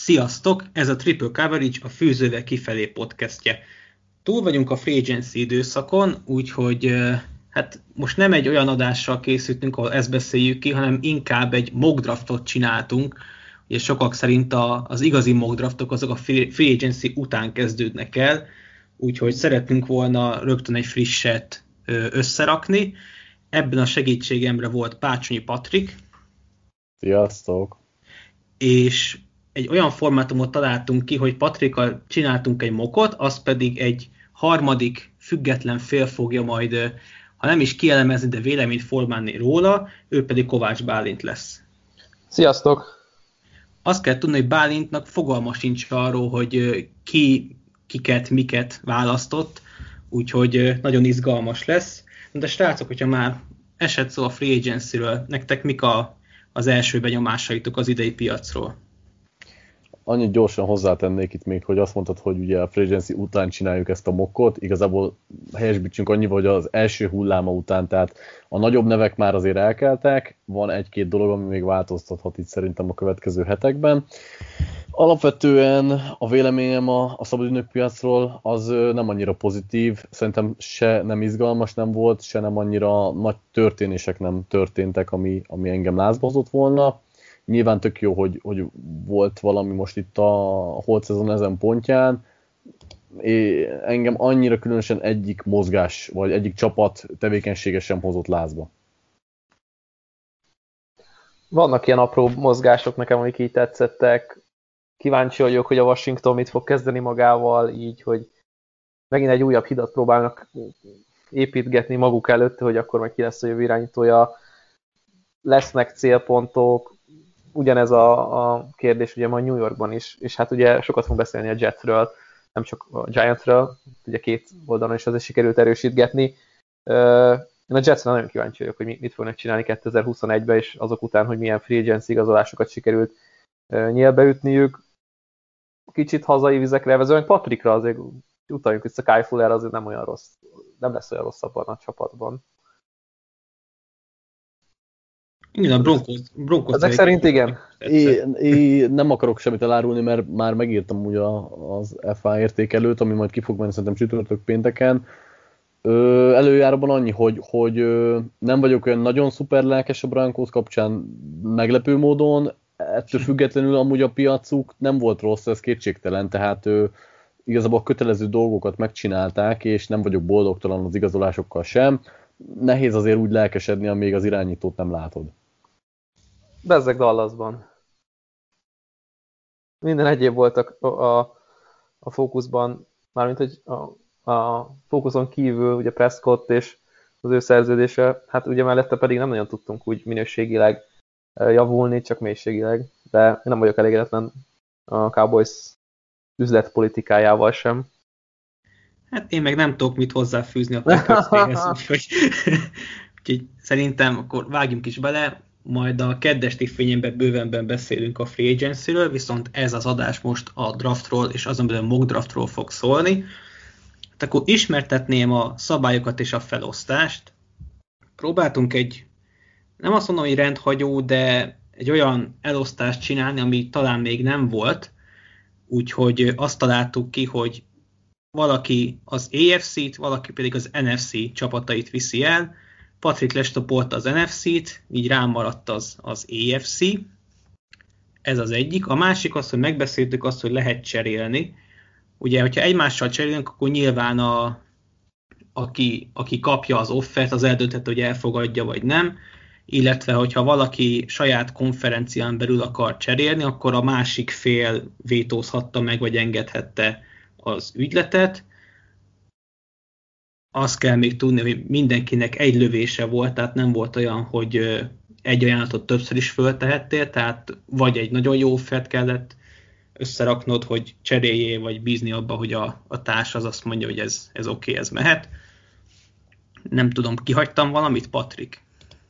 Sziasztok! Ez a Triple Coverage, a Fűzővel kifelé podcastje. Túl vagyunk a free agency időszakon, úgyhogy hát most nem egy olyan adással készültünk, ahol ezt beszéljük ki, hanem inkább egy mock draftot csináltunk. Ugye sokak szerint az igazi mock draftok azok a free agency után kezdődnek el, úgyhogy szeretnünk volna rögtön egy frisset összerakni. Ebben a segítségemre volt Pácsonyi Patrik. Sziasztok! És egy olyan formátumot találtunk ki, hogy Patrikkal csináltunk egy mockot, az pedig egy harmadik független fél fogja majd, ha nem is kielemezni, de véleményt formálni róla, ő pedig Kovács Bálint lesz. Sziasztok! Azt kell tudni, hogy Bálintnak fogalma sincs arról, hogy kiket, miket választott, úgyhogy nagyon izgalmas lesz. De srácok, hogyha már esett szó a free agency-ről, nektek mik az első benyomásaitok az idei piacról? Annyit gyorsan hozzátennék itt még, hogy azt mondtad, hogy ugye a free agency után csináljuk ezt a mockot, igazából helyesbítsünk annyival, hogy az első hulláma után, tehát a nagyobb nevek már azért elkeltek, van egy-két dolog, ami még változtathat itt szerintem a következő hetekben. Alapvetően a véleményem a szabadügynök piacról az nem annyira pozitív, szerintem se nem izgalmas nem volt, se nem annyira nagy történések nem történtek, ami engem lázba hozott volna. Nyilván tök jó, hogy volt valami most itt a holt szezon ezen pontján. Engem annyira különösen egyik mozgás, vagy egyik csapat tevékenysége sem hozott lázba. Vannak ilyen apró mozgások nekem, amik így tetszettek. Kíváncsi vagyok, hogy a Washington mit fog kezdeni magával, így, hogy megint egy újabb hidat próbálnak építgetni maguk előtt, hogy akkor meg ki lesz a jövő irányítója. Lesznek célpontok, ugyanez a kérdés ugye majd New Yorkban is, és hát ugye sokat fogunk beszélni a Jetsről, nem csak a Giantsről, ugye két oldalon is azért sikerült erősítgetni. Én a Jetsre nagyon kíváncsi vagyok, hogy mit fognak csinálni 2021-ben, és azok után, hogy milyen free agency igazolásokat sikerült nyílbeütniük. Kicsit hazai vizekre elvezően, Patrikra azért utaljunk vissza, Kyle Fuller azért nem olyan rossz, nem lesz olyan rossz abban a csapatban. Igen, a Broncos. Ezek szerint igen. Én nem akarok semmit elárulni, mert már megírtam ugye az FA értékelőt, ami majd ki fog menni szerintem csütörtök pénteken. Előjáróban annyi, hogy nem vagyok olyan nagyon szuper lelkes a Broncos kapcsán meglepő módon, ettől függetlenül amúgy a piacuk nem volt rossz, ez kétségtelen, tehát igazából a kötelező dolgokat megcsinálták, és nem vagyok boldogtalan az igazolásokkal sem. Nehéz azért úgy lelkesedni, amíg az irányítót nem látod. Bezzeg Dallasban. Minden egyéb volt a fókuszban, mármint hogy a fókuszon kívül ugye Prescott és az ő szerződése, hát ugye mellette pedig nem nagyon tudtunk úgy minőségileg javulni, csak mélységileg, de én nem vagyok elégedetlen a Cowboys üzletpolitikájával sem. Hát én meg nem tudok mit hozzáfűzni a podcasthez, úgyhogy szerintem akkor vágjunk is bele, majd a keddesti fényemben bővenben beszélünk a free agency-ről, viszont ez az adás most a draftról és azon belül a mock draftról fog szólni. Hát akkor ismertetném a szabályokat és a felosztást. Próbáltunk nem azt mondom, hogy rendhagyó, de egy olyan elosztást csinálni, ami talán még nem volt, úgyhogy azt találtuk ki, hogy valaki az AFC-t, valaki pedig az NFC csapatait viszi el. Patrik lestopolta az NFC-t, így rám maradt az AFC. Ez az egyik. A másik az, hogy megbeszéltük azt, hogy lehet cserélni. Ugye, hogyha egymással cserélünk, akkor nyilván aki kapja az offert, az eldönthet, hogy elfogadja vagy nem. Illetve, hogyha valaki saját konferencián belül akar cserélni, akkor a másik fél vétózhatta meg, vagy engedhette az ügyletet. Azt kell még tudni, hogy mindenkinek egy lövése volt, tehát nem volt olyan, hogy egy ajánlatot többször is föltehettél, tehát vagy egy nagyon jó offert kellett összeraknod, hogy cseréljél, vagy bízni abba, hogy a társ az azt mondja, hogy ez oké, ez mehet. Nem tudom, kihagytam valamit, Patrik?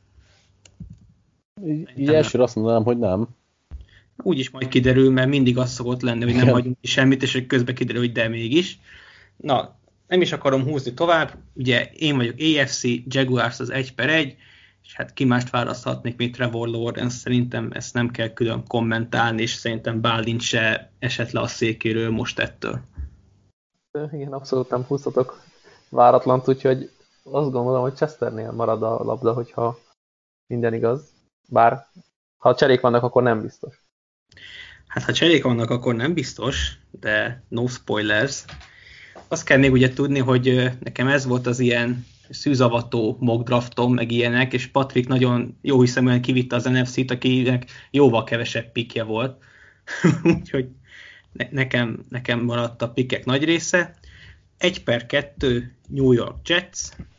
Így elsőre azt mondanám, hogy nem. Úgyis majd kiderül, mert mindig az szokott lenni, hogy nem hagyunk ki semmit, és hogy közben kiderül, hogy de mégis. Na, nem is akarom húzni tovább. Ugye én vagyok AFC, Jaguars az 1/1, és hát ki mást választhatnék, mint Trevor Lawrence, szerintem ezt nem kell külön kommentálni, és szerintem Bálint se esett le a székéről most ettől. Igen, abszolút nem húzhatok váratlant, úgyhogy azt gondolom, hogy Chesternél marad a labda, hogyha minden igaz. Bár ha cserék vannak, akkor nem biztos. Hát ha cserék vannak, akkor nem biztos, de no spoilers. Azt kell még ugye tudni, hogy nekem ez volt az ilyen szűzavató mock draftom, meg ilyenek, és Patrik nagyon jó hiszeműen kivitte az NFC-t, akinek jóval kevesebb pikje volt. Úgyhogy nekem maradt a pikek nagy része. 1/2 New York Jets.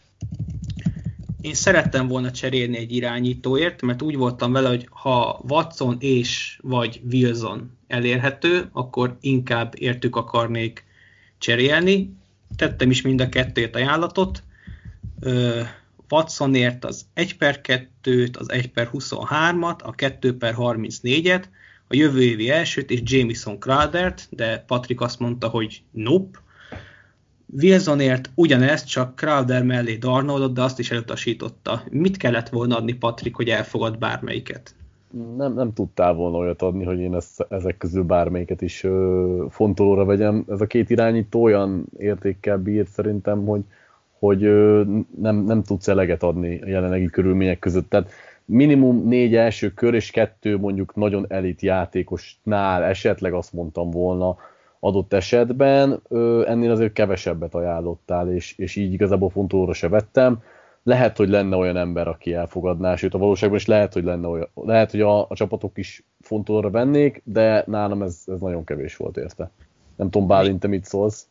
Én szerettem volna cserélni egy irányítóért, mert úgy voltam vele, hogy ha Watson és vagy Wilson elérhető, akkor inkább értük akarnék cserélni. Tettem is mind a kettőt ajánlatot. Watsonért az 1/2-t, az 1/23-at, a 2/34-et, a jövő évi elsőt és Jamison Crowdert, de Patrik azt mondta, hogy nope. Wilsonért ugyanezt, csak Crowder mellé Darnoldot, de azt is elutasította. Mit kellett volna adni, Patrik, hogy elfogad bármelyiket? Nem tudtál volna olyat adni, hogy én ezek közül bármelyiket is fontolóra vegyem. Ez a két irányító olyan értékkel bír szerintem, hogy nem tudsz eleget adni a jelenlegi körülmények között. Tehát minimum 4 első kör és 2 mondjuk nagyon elit játékosnál esetleg azt mondtam volna adott esetben, ennél azért kevesebbet ajánlottál, és így igazából fontolóra se vettem. Lehet, hogy lenne olyan ember, aki elfogadná, sőt a valóságban is lehet, hogy lenne olyan. Lehet, hogy a csapatok is fontolóra vennék, de nálam ez nagyon kevés volt érte. Nem tudom, Bálint, te mit szólsz?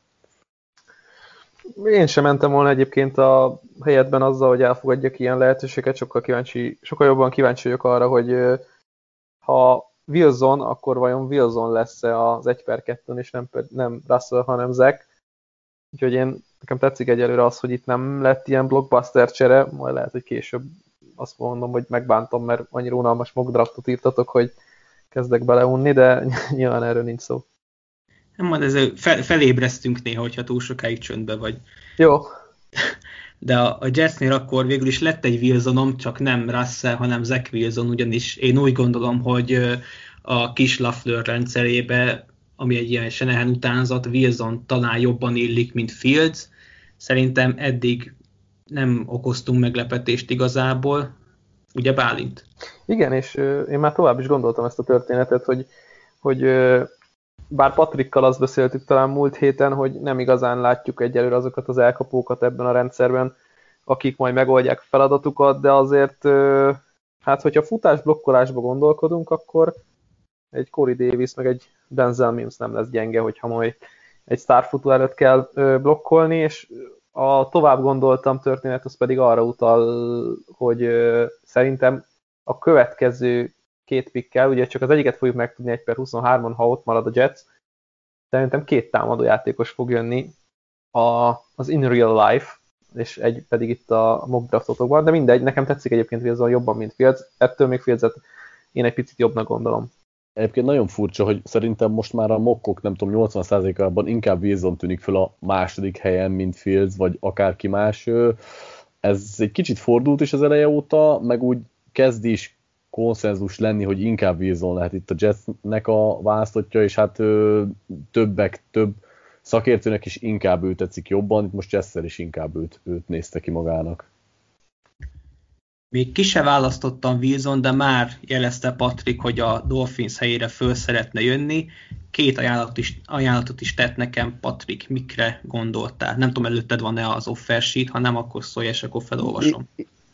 Én sem mentem volna egyébként a helyetben azzal, hogy elfogadjak ilyen lehetőséget, sokkal jobban kíváncsi vagyok arra, hogy ha Wilson, akkor vajon Wilson lesz-e az 1/2-n, és nem Russell, hanem Zach. Úgyhogy nekem tetszik egyelőre az, hogy itt nem lett ilyen blockbuster csere, majd lehet, hogy később azt mondom, hogy megbántam, mert annyira unalmas mock draftot írtatok, hogy kezdek beleunni, de nyilván erről nincs szó. Nem, majd ezzel felébresztünk néha, hogyha túl sokáig csöndbe vagy. Jó. De a Jetsnél akkor végül is lett egy Wilsonom, csak nem Russell, hanem Zach Wilson, ugyanis én úgy gondolom, hogy a kis Lafleur rendszerébe, ami egy ilyen Shanahan utánzat, Wilson talán jobban illik, mint Fields. Szerintem eddig nem okoztunk meglepetést igazából. Ugye, Bálint? Igen, és én már tovább is gondoltam ezt a történetet, hogy bár Patrikkal azt beszéltük talán múlt héten, hogy nem igazán látjuk egyelőre azokat az elkapókat ebben a rendszerben, akik majd megoldják a feladatukat, de azért, hát hogyha futás-blokkolásba gondolkodunk, akkor egy Corey Davis meg egy Denzel Mims nem lesz gyenge, hogyha majd egy sztárfutó előtt kell blokkolni, és a tovább gondoltam történet, az pedig arra utal, hogy szerintem a következő 2 pickkel, ugye csak az egyiket fogjuk megtudni 1/23-on, ha ott marad a Jets, szerintem 2 támadójátékos fog jönni az in real life, és egy pedig itt a mock draftotokban, de mindegy, nekem tetszik egyébként Wilson jobban, mint Fields, ettől még Fields-et én egy picit jobbnak gondolom. Egyébként nagyon furcsa, hogy szerintem most már a mockok, nem tudom, 80%-ában inkább Wilson tűnik föl a második helyen, mint Fields, vagy akárki más. Ez egy kicsit fordult is az eleje óta, meg úgy kezd is konszenzus lenni, hogy inkább Wilson lehet itt a Jetsnek a választottja, és hát több szakértőnek is inkább őt tetszik jobban, itt most Jessel is inkább őt nézte ki magának. Még ki se választottam Wilson, de már jelezte Patrik, hogy a Dolphins helyére föl szeretne jönni. 2 ajánlatot is tett nekem, Patrik, mikre gondoltál? Nem tudom, előtted van-e az offer sheet, ha nem, akkor szólj, és akkor felolvasom.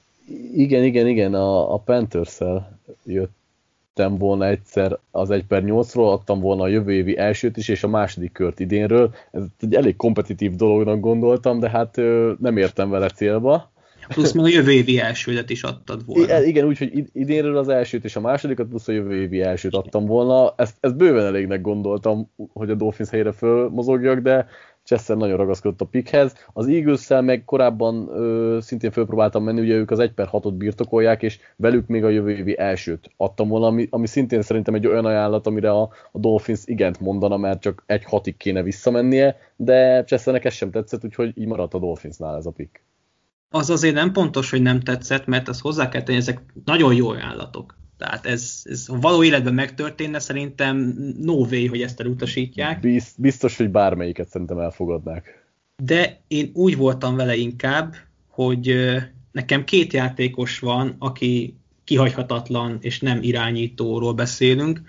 Igen, a Panthers-szel jöttem volna egyszer az 1/8-ról, adtam volna a jövő évi elsőt is, és a második kört idénről. Ez egy elég kompetitív dolognak gondoltam, de hát nem értem vele célba. Plusz még a jövő évi elsődet is adtad volna. Igen, úgyhogy idénről az elsőt és a másodikat, plusz a jövő évi elsőt adtam volna. Ezt bőven elégnek gondoltam, hogy a Dolphins helyére fölmozogjak, de Chester nagyon ragaszkodott a pickhez. Az Eagles-szel meg korábban szintén fölpróbáltam menni, ugye ők az 1/6-ot birtokolják, és velük még a jövő évi elsőt adtam volna, ami szintén szerintem egy olyan ajánlat, amire a Dolphins igent mondana, mert csak 1/6-ig kéne visszamennie, de Chesternek ez sem tetszett, úgyhogy így maradt a Dolphinsnál ez a pick. Az azért nem pontos, hogy nem tetszett, mert azt hozzá kell tenni, ezek nagyon jó ajánlatok. Tehát ez való életben megtörténne, szerintem no way, hogy ezt elutasítják. Biztos, hogy bármelyiket szerintem elfogadnák. De én úgy voltam vele inkább, hogy nekem 2 játékos van, aki kihagyhatatlan, és nem irányítóról beszélünk,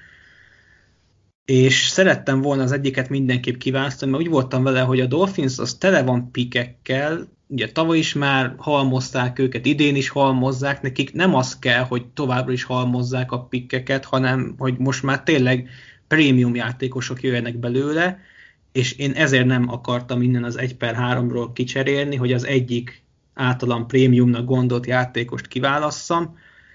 és szerettem volna az egyiket mindenképp kiválasztani, mert úgy voltam vele, hogy a Dolphins az tele van pikekkel, ugye tavaly is már halmozták őket, idén is halmozzák, nekik nem az kell, hogy továbbra is halmozzák a pikkeket, hanem hogy most már tényleg prémium játékosok jöjjenek belőle, és én ezért nem akartam innen az 1/3-ról kicserélni, hogy az egyik általam prémiumnak gondolt játékost kiválasszam.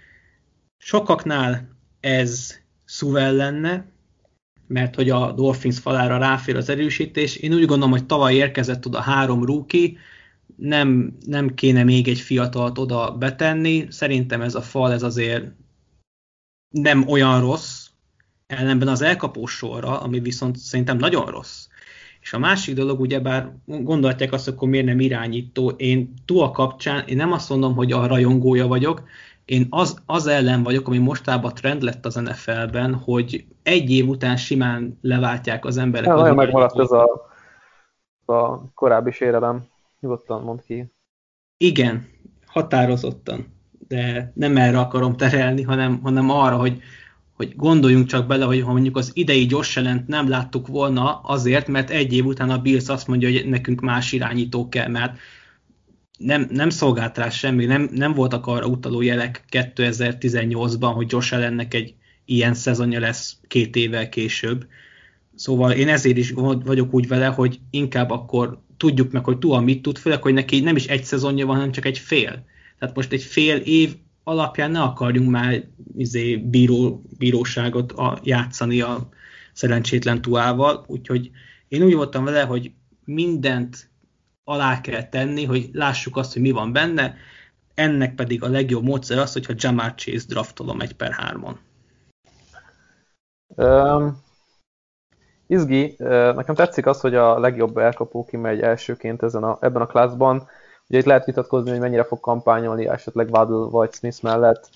Sokaknál ez szuvel lenne, mert hogy a Dolphins falára ráfér az erősítés. Én úgy gondolom, hogy tavaly érkezett oda 3 rookie, nem kéne még egy fiatalt oda betenni. Szerintem ez a fal ez azért nem olyan rossz, ellenben az elkapós sorra, ami viszont szerintem nagyon rossz. És a másik dolog, ugyebár gondolják azt, akkor miért nem irányító. Én Tua kapcsán, én nem azt mondom, hogy a rajongója vagyok, én az ellen vagyok, ami mostában trend lett az NFL-ben, hogy egy év után simán leváltják az emberek. Ja, nagyon megmaradt ez a korábbi sérelem. Nyugodtan mondd ki. Igen, határozottan. De nem erre akarom terelni, hanem arra, hogy gondoljunk csak bele, hogy ha mondjuk az idei Josh Allent nem láttuk volna azért, mert egy év után a Bills azt mondja, hogy nekünk más irányító kell, mert nem szolgált rá semmi, nem voltak arra utaló jelek 2018-ban, hogy Josh Allennek egy ilyen szezonja lesz 2 évvel később. Szóval én ezért is vagyok úgy vele, hogy inkább akkor tudjuk meg, hogy Tua mit tud, főleg, hogy neki nem is egy szezonja van, hanem csak egy fél. Tehát most egy fél év alapján ne akarjunk már bíróságot játszani a szerencsétlen Tuával, úgyhogy én úgy voltam vele, hogy mindent alá kell tenni, hogy lássuk azt, hogy mi van benne, ennek pedig a legjobb módszer az, hogyha Ja'Marr Chase draftolom 1/3-on. Izgi, nekem tetszik az, hogy a legjobb elkapó kimegy elsőként ebben a klászban. Ugye itt lehet vitatkozni, hogy mennyire fog kampányolni, esetleg Waddle vagy Smith mellett.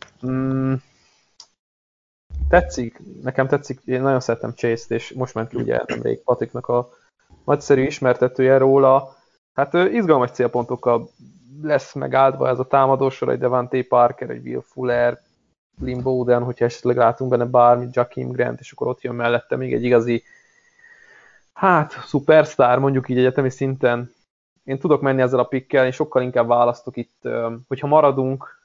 Nekem tetszik, én nagyon szeretem Chase-t, és most ment ugye nemrég Patricknak a nagyszerű ismertetője róla. Hát izgalmas célpontokkal lesz megáldva ez a támadósor, egy Devante Parker, egy Will Fuller, Lynn Bowden, hogyha esetleg látunk benne bármit, Jakeem Grant, és akkor ott jön mellette még egy igazi, szupersztár, mondjuk így egyetemi szinten. Én tudok menni ezzel a pickkel, én sokkal inkább választok itt, hogyha maradunk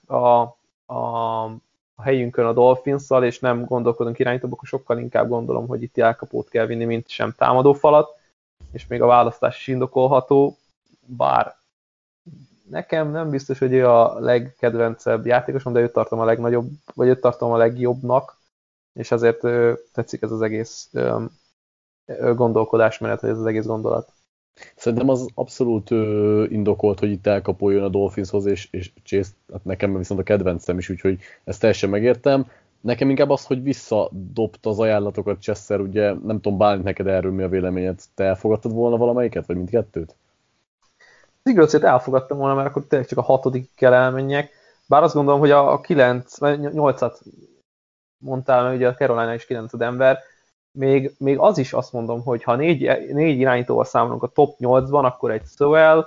a helyünkön a Dolphins-szal, és nem gondolkodunk irányítóba, akkor sokkal inkább gondolom, hogy itt elkapót kell vinni, mint sem támadófalat, és még a választás is indokolható, bár nekem nem biztos, hogy ő a legkedvencebb játékosom, de őt tartom a legnagyobb, vagy őt tartom a legjobbnak, és ezért tetszik ez az egész gondolkodásmenet, vagy ez az egész gondolat. Szerintem az abszolút indokolt, hogy itt elkapoljon a Dolphinshoz, és Chase, hát nekem viszont a kedvencem is, úgyhogy ezt teljesen megértem. Nekem inkább az, hogy visszadobta az ajánlatokat Chester, ugye nem tudom, Bálint, neked erről mi a véleményed? Te elfogadtad volna valamelyiket, vagy mindkettőt? Az Eagles-ét elfogadtam volna, mert akkor tényleg csak a 6. kell elmenjek. Bár azt gondolom, hogy a 8-at mondtál, mert ugye a Carolina is 9 a Denver, még az is azt mondom, hogy ha 4 irányítóval számolunk a top 8-ban, akkor egy Sewell,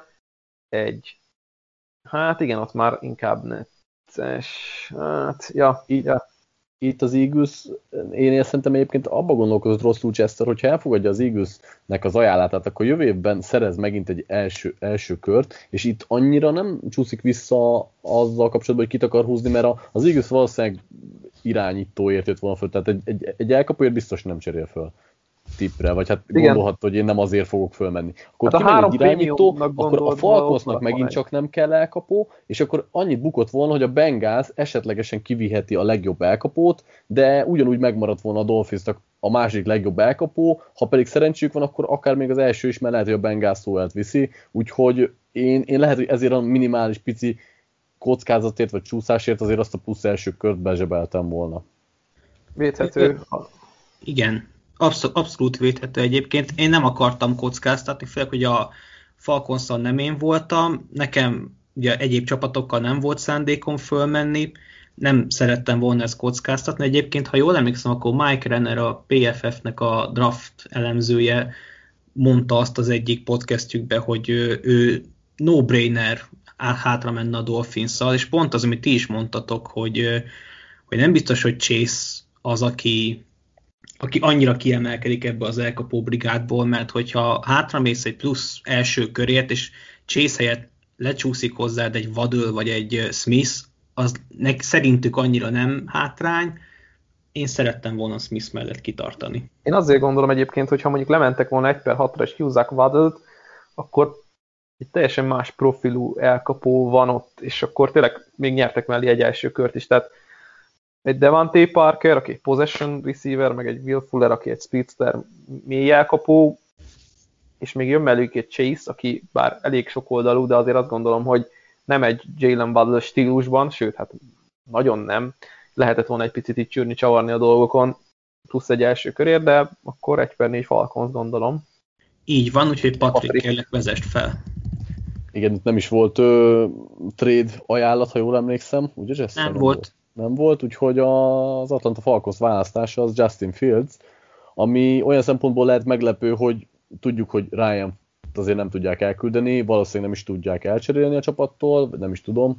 igen, ott már inkább necces, Itt az Eagles, én szerintem egyébként abba gondolkozott rosszul Chester, hogyha elfogadja az Eaglesnek az ajánlatát, akkor jövő évben szerez megint egy első kört, és itt annyira nem csúszik vissza azzal kapcsolatban, hogy kit akar húzni, mert az Eagles valószínűleg irányítóért jött volna föl, tehát egy elkapóért biztos nem cserél föl tippre, vagy hát gondolhat, hogy én nem azért fogok fölmenni. Akkor hát kimegy egy irányító, akkor a Falconsnak megint csak nem kell elkapó, és akkor annyit bukott volna, hogy a Bengals esetlegesen kiviheti a legjobb elkapót, de ugyanúgy megmaradt volna a Dolphinsnak a másik legjobb elkapó, ha pedig szerencséjük van, akkor akár még az első is, mert lehet, hogy a Bengals Sewellt viszi, úgyhogy én lehet, hogy ezért a minimális pici kockázatért vagy csúszásért azért azt a plusz első kört bezsebeltem volna. Védhető. Igen. Abszolút védhető egyébként. Én nem akartam kockáztatni, főleg, hogy a Falconszal nem én voltam. Nekem ugye egyéb csapatokkal nem volt szándékom fölmenni, nem szerettem volna ezt kockáztatni. Egyébként, ha jól emlékszem, akkor Mike Renner, a PFF-nek a draft elemzője mondta azt az egyik podcastjükben, hogy ő no-brainer hátra menne a Dolphins-szal, és pont az, amit ti is mondtatok, hogy nem biztos, hogy Chase az, aki annyira kiemelkedik ebbe az elkapó brigádból, mert hogyha hátramész egy plusz első körért, és Chase helyett lecsúszik hozzád egy Waddle vagy egy Smith, az szerintük annyira nem hátrány. Én szerettem volna Smith mellett kitartani. Én azért gondolom egyébként, hogy ha mondjuk lementek volna 1/6-ra és kiúzzák Waddle-t, akkor egy teljesen más profilú elkapó van ott, és akkor tényleg még nyertek mellé egy első kört is. Tehát egy Devante Parker, aki egy possession receiver, meg egy Will Fuller, aki egy speedster mély elkapó, és még jön mellük egy Chase, aki bár elég sokoldalú, de azért azt gondolom, hogy nem egy Jalen Waddle stílusban, sőt, hát nagyon nem. Lehetett volna egy picit itt csűrni, csavarni a dolgokon, plusz egy első körért, de akkor 1/4 Falcons gondolom. Így van, úgyhogy Patrik, kérlek, vezest fel. Igen, itt nem is volt trade ajánlat, ha jól emlékszem, ugye Jesse? Nem volt. Nem volt, úgyhogy az Atlanta Falcons választása az Justin Fields, ami olyan szempontból lehet meglepő, hogy tudjuk, hogy Ryan azért nem tudják elküldeni, valószínűleg nem is tudják elcserélni a csapattól, nem is tudom,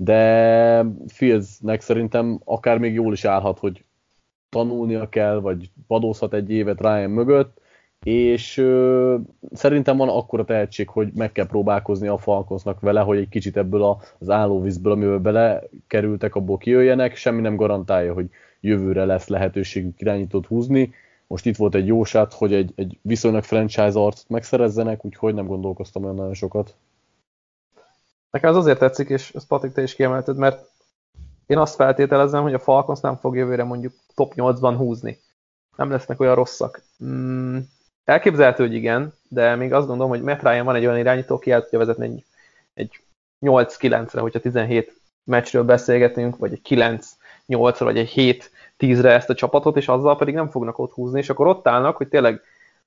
de Fieldsnek szerintem akár még jól is állhat, hogy tanulnia kell, vagy padózhat egy évet Ryan mögött, és szerintem van akkora tehetség, hogy meg kell próbálkozni a Falconsnak vele, hogy egy kicsit ebből az állóvízből, amivel belekerültek, abból kijöjjenek, semmi nem garantálja, hogy jövőre lesz lehetőségük irányítót húzni. Most itt volt egy jó shot, hogy egy viszonylag franchise arcot megszerezzenek, úgyhogy nem gondolkoztam olyan nagyon sokat. Nekem ez azért tetszik, és ezt Patrik, te is kiemelted, mert én azt feltételezem, hogy a Falcons nem fog jövőre mondjuk top 8-ban húzni. Nem lesznek olyan rosszak. Elképzelhető, hogy igen, de még azt gondolom, hogy Matt Ryan van egy olyan irányító, aki el tudja vezetni egy 8-9-re, hogyha 17 meccsről beszélgetünk, vagy egy 9-8-ra, vagy egy 7-10-re ezt a csapatot, és azzal pedig nem fognak ott húzni, és akkor ott állnak, hogy tényleg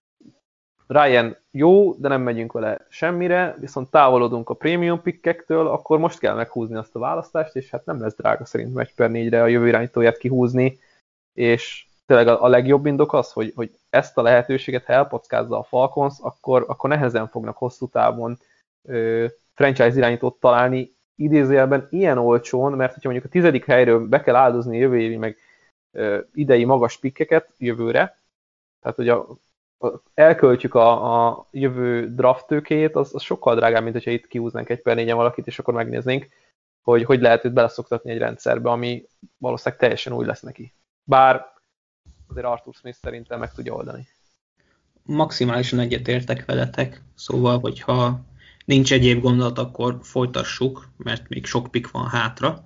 Ryan jó, de nem megyünk vele semmire, viszont távolodunk a premium pickektől, akkor most kell meghúzni azt a választást, és hát nem lesz drága szerint 1/4-re a jövő irányítóját kihúzni, és tényleg a legjobb indok az, hogy ezt a lehetőséget, ha elpackázza a Falcons, akkor nehezen fognak hosszú távon franchise irányítót találni, idézőjelben ilyen olcsón, mert hogyha mondjuk a 10. helyről be kell áldozni jövő évi, meg idei magas pikkeket jövőre, tehát hogy elköltjük a jövő draft tőkéjét, az sokkal drágább, mint hogyha itt kihúznánk 1/4-en valakit, és akkor megnéznénk, hogy lehet őt beleszoktatni egy rendszerbe, ami valószínűleg teljesen új lesz neki. Bár azért Arthur Smith szerintem meg tudja oldani. Maximálisan egyetértek veletek, szóval, hogyha nincs egyéb gondolat, akkor folytassuk, mert még sok pick van hátra.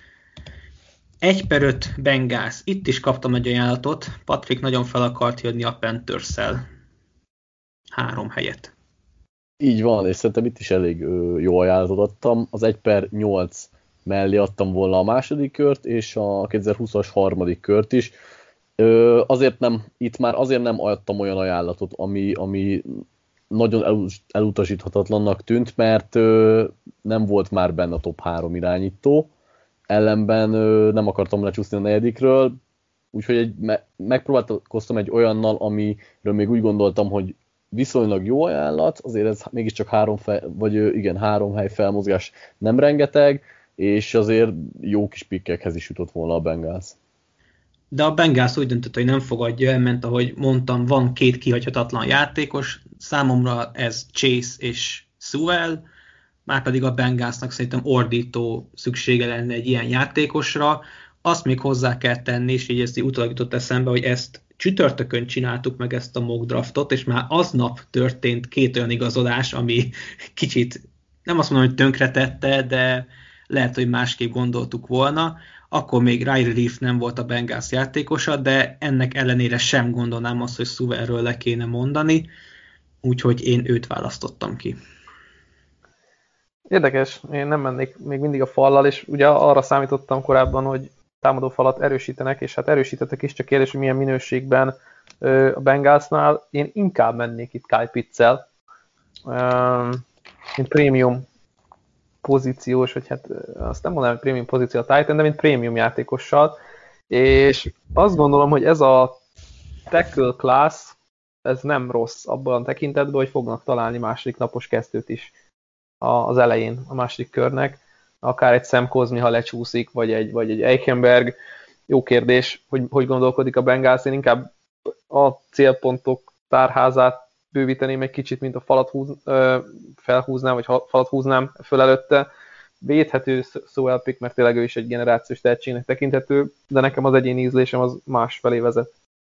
1/5 Bengals. Itt is kaptam egy ajánlatot. Patrik nagyon fel akart jönni a Panthers-szel. 3 helyet. Így van, és szerintem itt is elég jó ajánlatot adtam. Az 1/8 mellé adtam volna a második kört, és a 2020-as harmadik kört is. Itt már azért nem adtam olyan ajánlatot, ami nagyon elutasíthatatlannak tűnt, mert nem volt már benne a top 3 irányító, ellenben nem akartam lecsúszni a negyedikről, úgyhogy megpróbálkoztam egy olyannal, amiről még úgy gondoltam, hogy viszonylag jó ajánlat, azért ez mégiscsak 3 hely felmozgás nem rengeteg, és azért jó kis pikkekhez is jutott volna a Bengals. De a Bengals úgy döntött, hogy nem fogadja el, mert ahogy mondtam, van 2 kihagyhatatlan játékos, számomra ez Chase és Sewell, márpedig a Bengalsnak szerintem ordító szüksége lenne egy ilyen játékosra. Azt még hozzá kell tenni, és így ezt így utólag jutott eszembe, hogy ezt csütörtökön csináltuk meg ezt a mock draftot, és már aznap történt 2 olyan igazolás, ami kicsit, nem azt mondom, hogy tönkretette, de lehet, hogy másképp gondoltuk volna. Akkor még Riley Reef nem volt a Bengals játékosa, de ennek ellenére sem gondolnám azt, hogy Sewellről le kéne mondani, úgyhogy én őt választottam ki. Érdekes, én nem mennék még mindig a fallal, és ugye arra számítottam korábban, hogy támadó falat erősítenek, és hát erősítettek is, csak kérdés, hogy milyen minőségben a Bengalsnál. Én inkább mennék itt Kyle Pitts-el, mint prémium pozíciós, vagy hát azt nem mondanám, hogy prémium pozíció a Titan, de mint prémium játékossal, és azt gondolom, hogy ez a tackle class, ez nem rossz abban a tekintetben, hogy fognak találni második napos kezdőt is az elején, a második körnek. Akár egy Sam Cosmi, ha lecsúszik, vagy egy Eichenberg. Jó kérdés, hogy gondolkodik a Bengals. Én inkább a célpontok tárházát bővíteném egy kicsit, mint a falat felhúznám, vagy falat húznám föl előtte. Védhető Sewell Pick, mert tényleg ő is egy generációs tehetségnek tekinthető, de nekem az egyéni ízlésem az más felé vezet.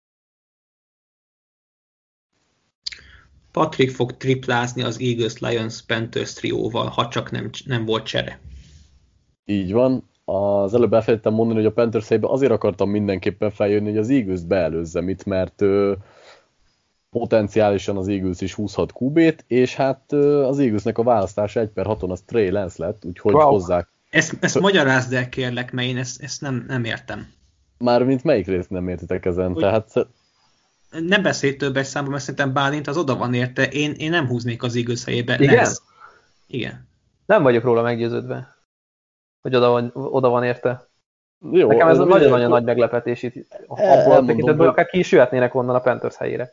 Patrick fog triplázni az Eagles Lions Panthers trióval, ha csak nem volt csere. Így van. Az előbb elfelejtettem mondani, hogy a Panthers helyben azért akartam mindenképpen feljönni, hogy az Eagles-t beelőzzem itt, mert potenciálisan az Eagles is húzhat QB-t, és hát az Eaglesnek a választása 1/6-on az Trey Lance lett, úgyhogy hozzák. Ezt magyarázd el, kérlek, mert én ezt nem értem. Mármint melyik részt nem értitek ezen? Tehát... Nem beszélt több egy számban, mert szerintem Bálint az oda van érte. Én nem húznék az Eagles helyébe. Igen? Igen. Nem vagyok róla meggyőződve, hogy oda van érte. Jó, nekem ez nagyon-nagyon nagy meglepetés itt. Abból a tekintetből akár ki is jöhetnének onnan a Panthers helyére.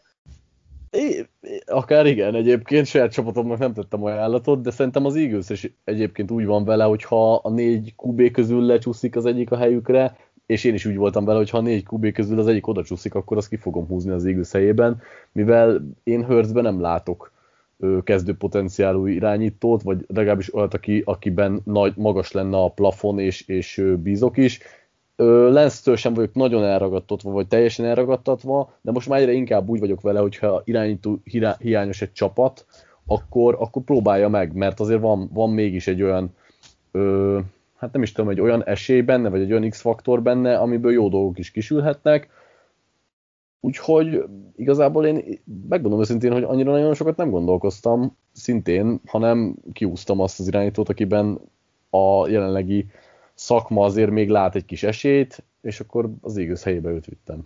Akár igen, egyébként saját csapatomnak nem tettem ajánlatot, de szerintem az Eagles is egyébként úgy van vele, hogyha a 4 QB közül lecsúszik az egyik a helyükre, és én is úgy voltam vele, hogy ha a 4 QB közül az egyik oda csúszik, akkor azt ki fogom húzni az Eagles helyében, mivel én Hurtsben nem látok kezdő potenciálú irányítót, vagy legalábbis olyat, akiben magas lenne a plafon, és bízok is. Lance-től sem vagyok nagyon elragadtatva, vagy teljesen elragadtatva, de most már egyre inkább úgy vagyok vele, hogyha irányító hiányos egy csapat, akkor próbálja meg, mert azért van mégis egy olyan, hát nem is tudom, egy olyan esély benne, vagy egy olyan X-faktor benne, amiből jó dolgok is kisülhetnek. Úgyhogy igazából én megmondom őszintén, hogy annyira nagyon sokat nem gondolkoztam szintén, hanem kiúztam azt az irányítót, akiben a jelenlegi szakma azért még lát egy kis esélyt, és akkor az Eagles helyébe őt vittem.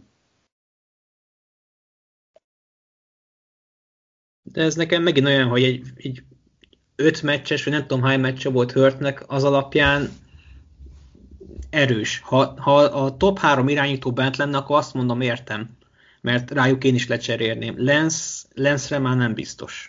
De ez nekem megint olyan, hogy egy 5 meccses, vagy nem tudom hány meccse volt Hurtnek, az alapján erős. Ha a top 3 irányító bent lenne, akkor azt mondom, értem. Mert rájuk én is lecserélném. Lance-re már nem biztos.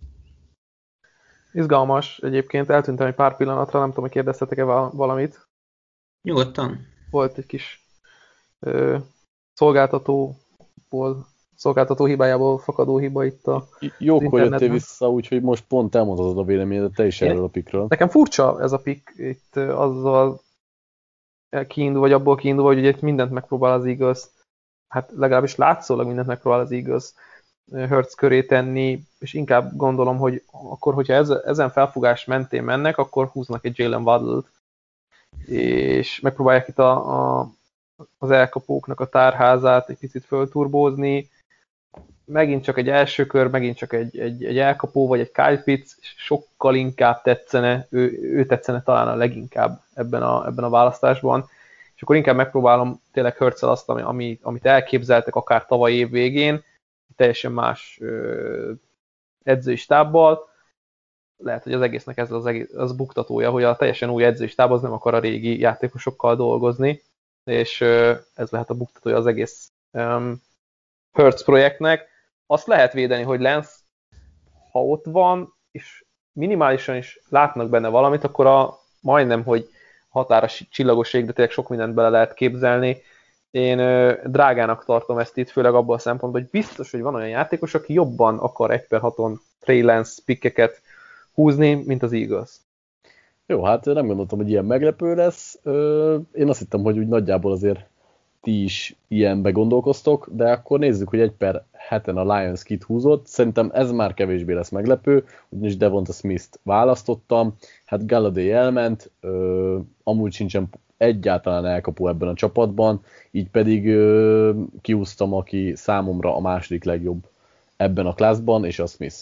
Izgalmas. Egyébként eltűntem egy pár pillanatra, nem tudom, hogy kérdeztetek-e valamit. Nyugodtan. Volt egy kis szolgáltató hibájából fakadó hiba itt a Jókor jöttél vissza, úgyhogy most pont elmondhatod a véleményedet te is erről a pikről. Nekem furcsa ez a pik, itt azzal vagy abból kiindul, hogy ugye mindent megpróbál az Eagles, hát legalábbis látszólag mindent megpróbál az Eagles Hurts köré tenni, és inkább gondolom, hogy akkor, hogyha ezen felfogás mentén mennek, akkor húznak egy Jalen Waddle-t, és megpróbálják itt az elkapóknak a tárházát egy picit fölturbózni. Megint csak egy első kör, megint csak egy elkapó, vagy egy Kyle Pitts, sokkal inkább tetszene, ő tetszene talán a leginkább ebben a választásban, és akkor inkább megpróbálom tényleg Hurts-el azt, amit elképzeltek akár tavaly év végén, teljesen más edzői stábbal. Lehet, hogy az egésznek ez az buktatója, hogy a teljesen új edzői stáb az nem akar a régi játékosokkal dolgozni, és ez lehet a buktatója az egész Hurts projektnek. Azt lehet védeni, hogy Lance, ha ott van, és minimálisan is látnak benne valamit, akkor majdnem, hogy határos csillagoség, de tényleg sok mindent bele lehet képzelni. Én drágának tartom ezt itt, főleg abban a szempontból, hogy biztos, hogy van olyan játékos, aki jobban akar 1/6-on Trey Lance pikkeket húzni, mint az Eagles. Jó, hát nem gondoltam, hogy ilyen meglepő lesz. Én azt hittem, hogy úgy nagyjából azért ti is ilyenbe gondolkoztok, de akkor nézzük, hogy 1/7-en a Lions kit húzott. Szerintem ez már kevésbé lesz meglepő, ugyanis Devonta Smith-t választottam. Hát Galladay elment, amúgy sincsen egyáltalán elkapó ebben a csapatban, így pedig kiúztam, aki számomra a második legjobb ebben a klászban, és a Smith.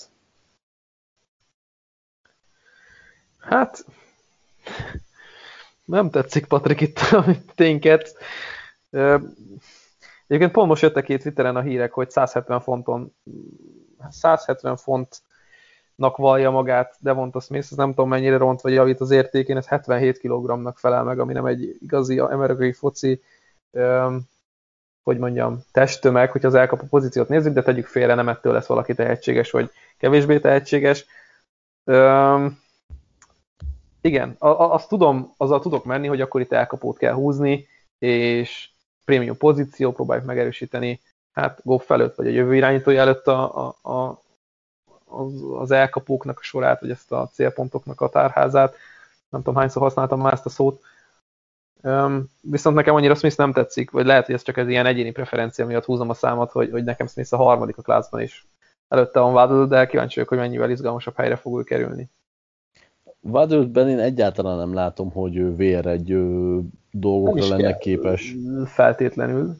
Hát, nem tetszik, Patrik, itt, amit tényket. Egyébként pont most jöttek ki Twitteren a hírek, hogy 170 fontnak vallja magát Devonta Smith, ez nem tudom mennyire ront vagy javít az értékén, ez 77 kg-nak felel meg, ami nem egy igazi amerikai foci, hogy mondjam, testtömeg, hogyha az elkapó pozíciót nézzük, de tegyük félre, nem ettől lesz valaki tehetséges, vagy kevésbé tehetséges. Igen, azt tudom, azzal tudok menni, hogy akkor itt elkapót kell húzni, és prémium pozíció, próbáljuk megerősíteni, hát Goff előtt, vagy a jövő irányítója előtt az elkapóknak a sorát, vagy ezt a célpontoknak a tárházát. Nem tudom, hányszor használtam már ezt a szót. Viszont nekem annyira Smith nem tetszik, vagy lehet, hogy ez csak ez ilyen egyéni preferencia miatt húzom a számot, hogy nekem Smith a harmadik a classban is. Előtte van Waddle, de kíváncsi vagyok, hogy mennyivel izgalmasabb helyre fog ő kerülni. Waddle-ben én egyáltalán nem látom, hogy ő VR1 dolgokra lenne képes. Feltétlenül.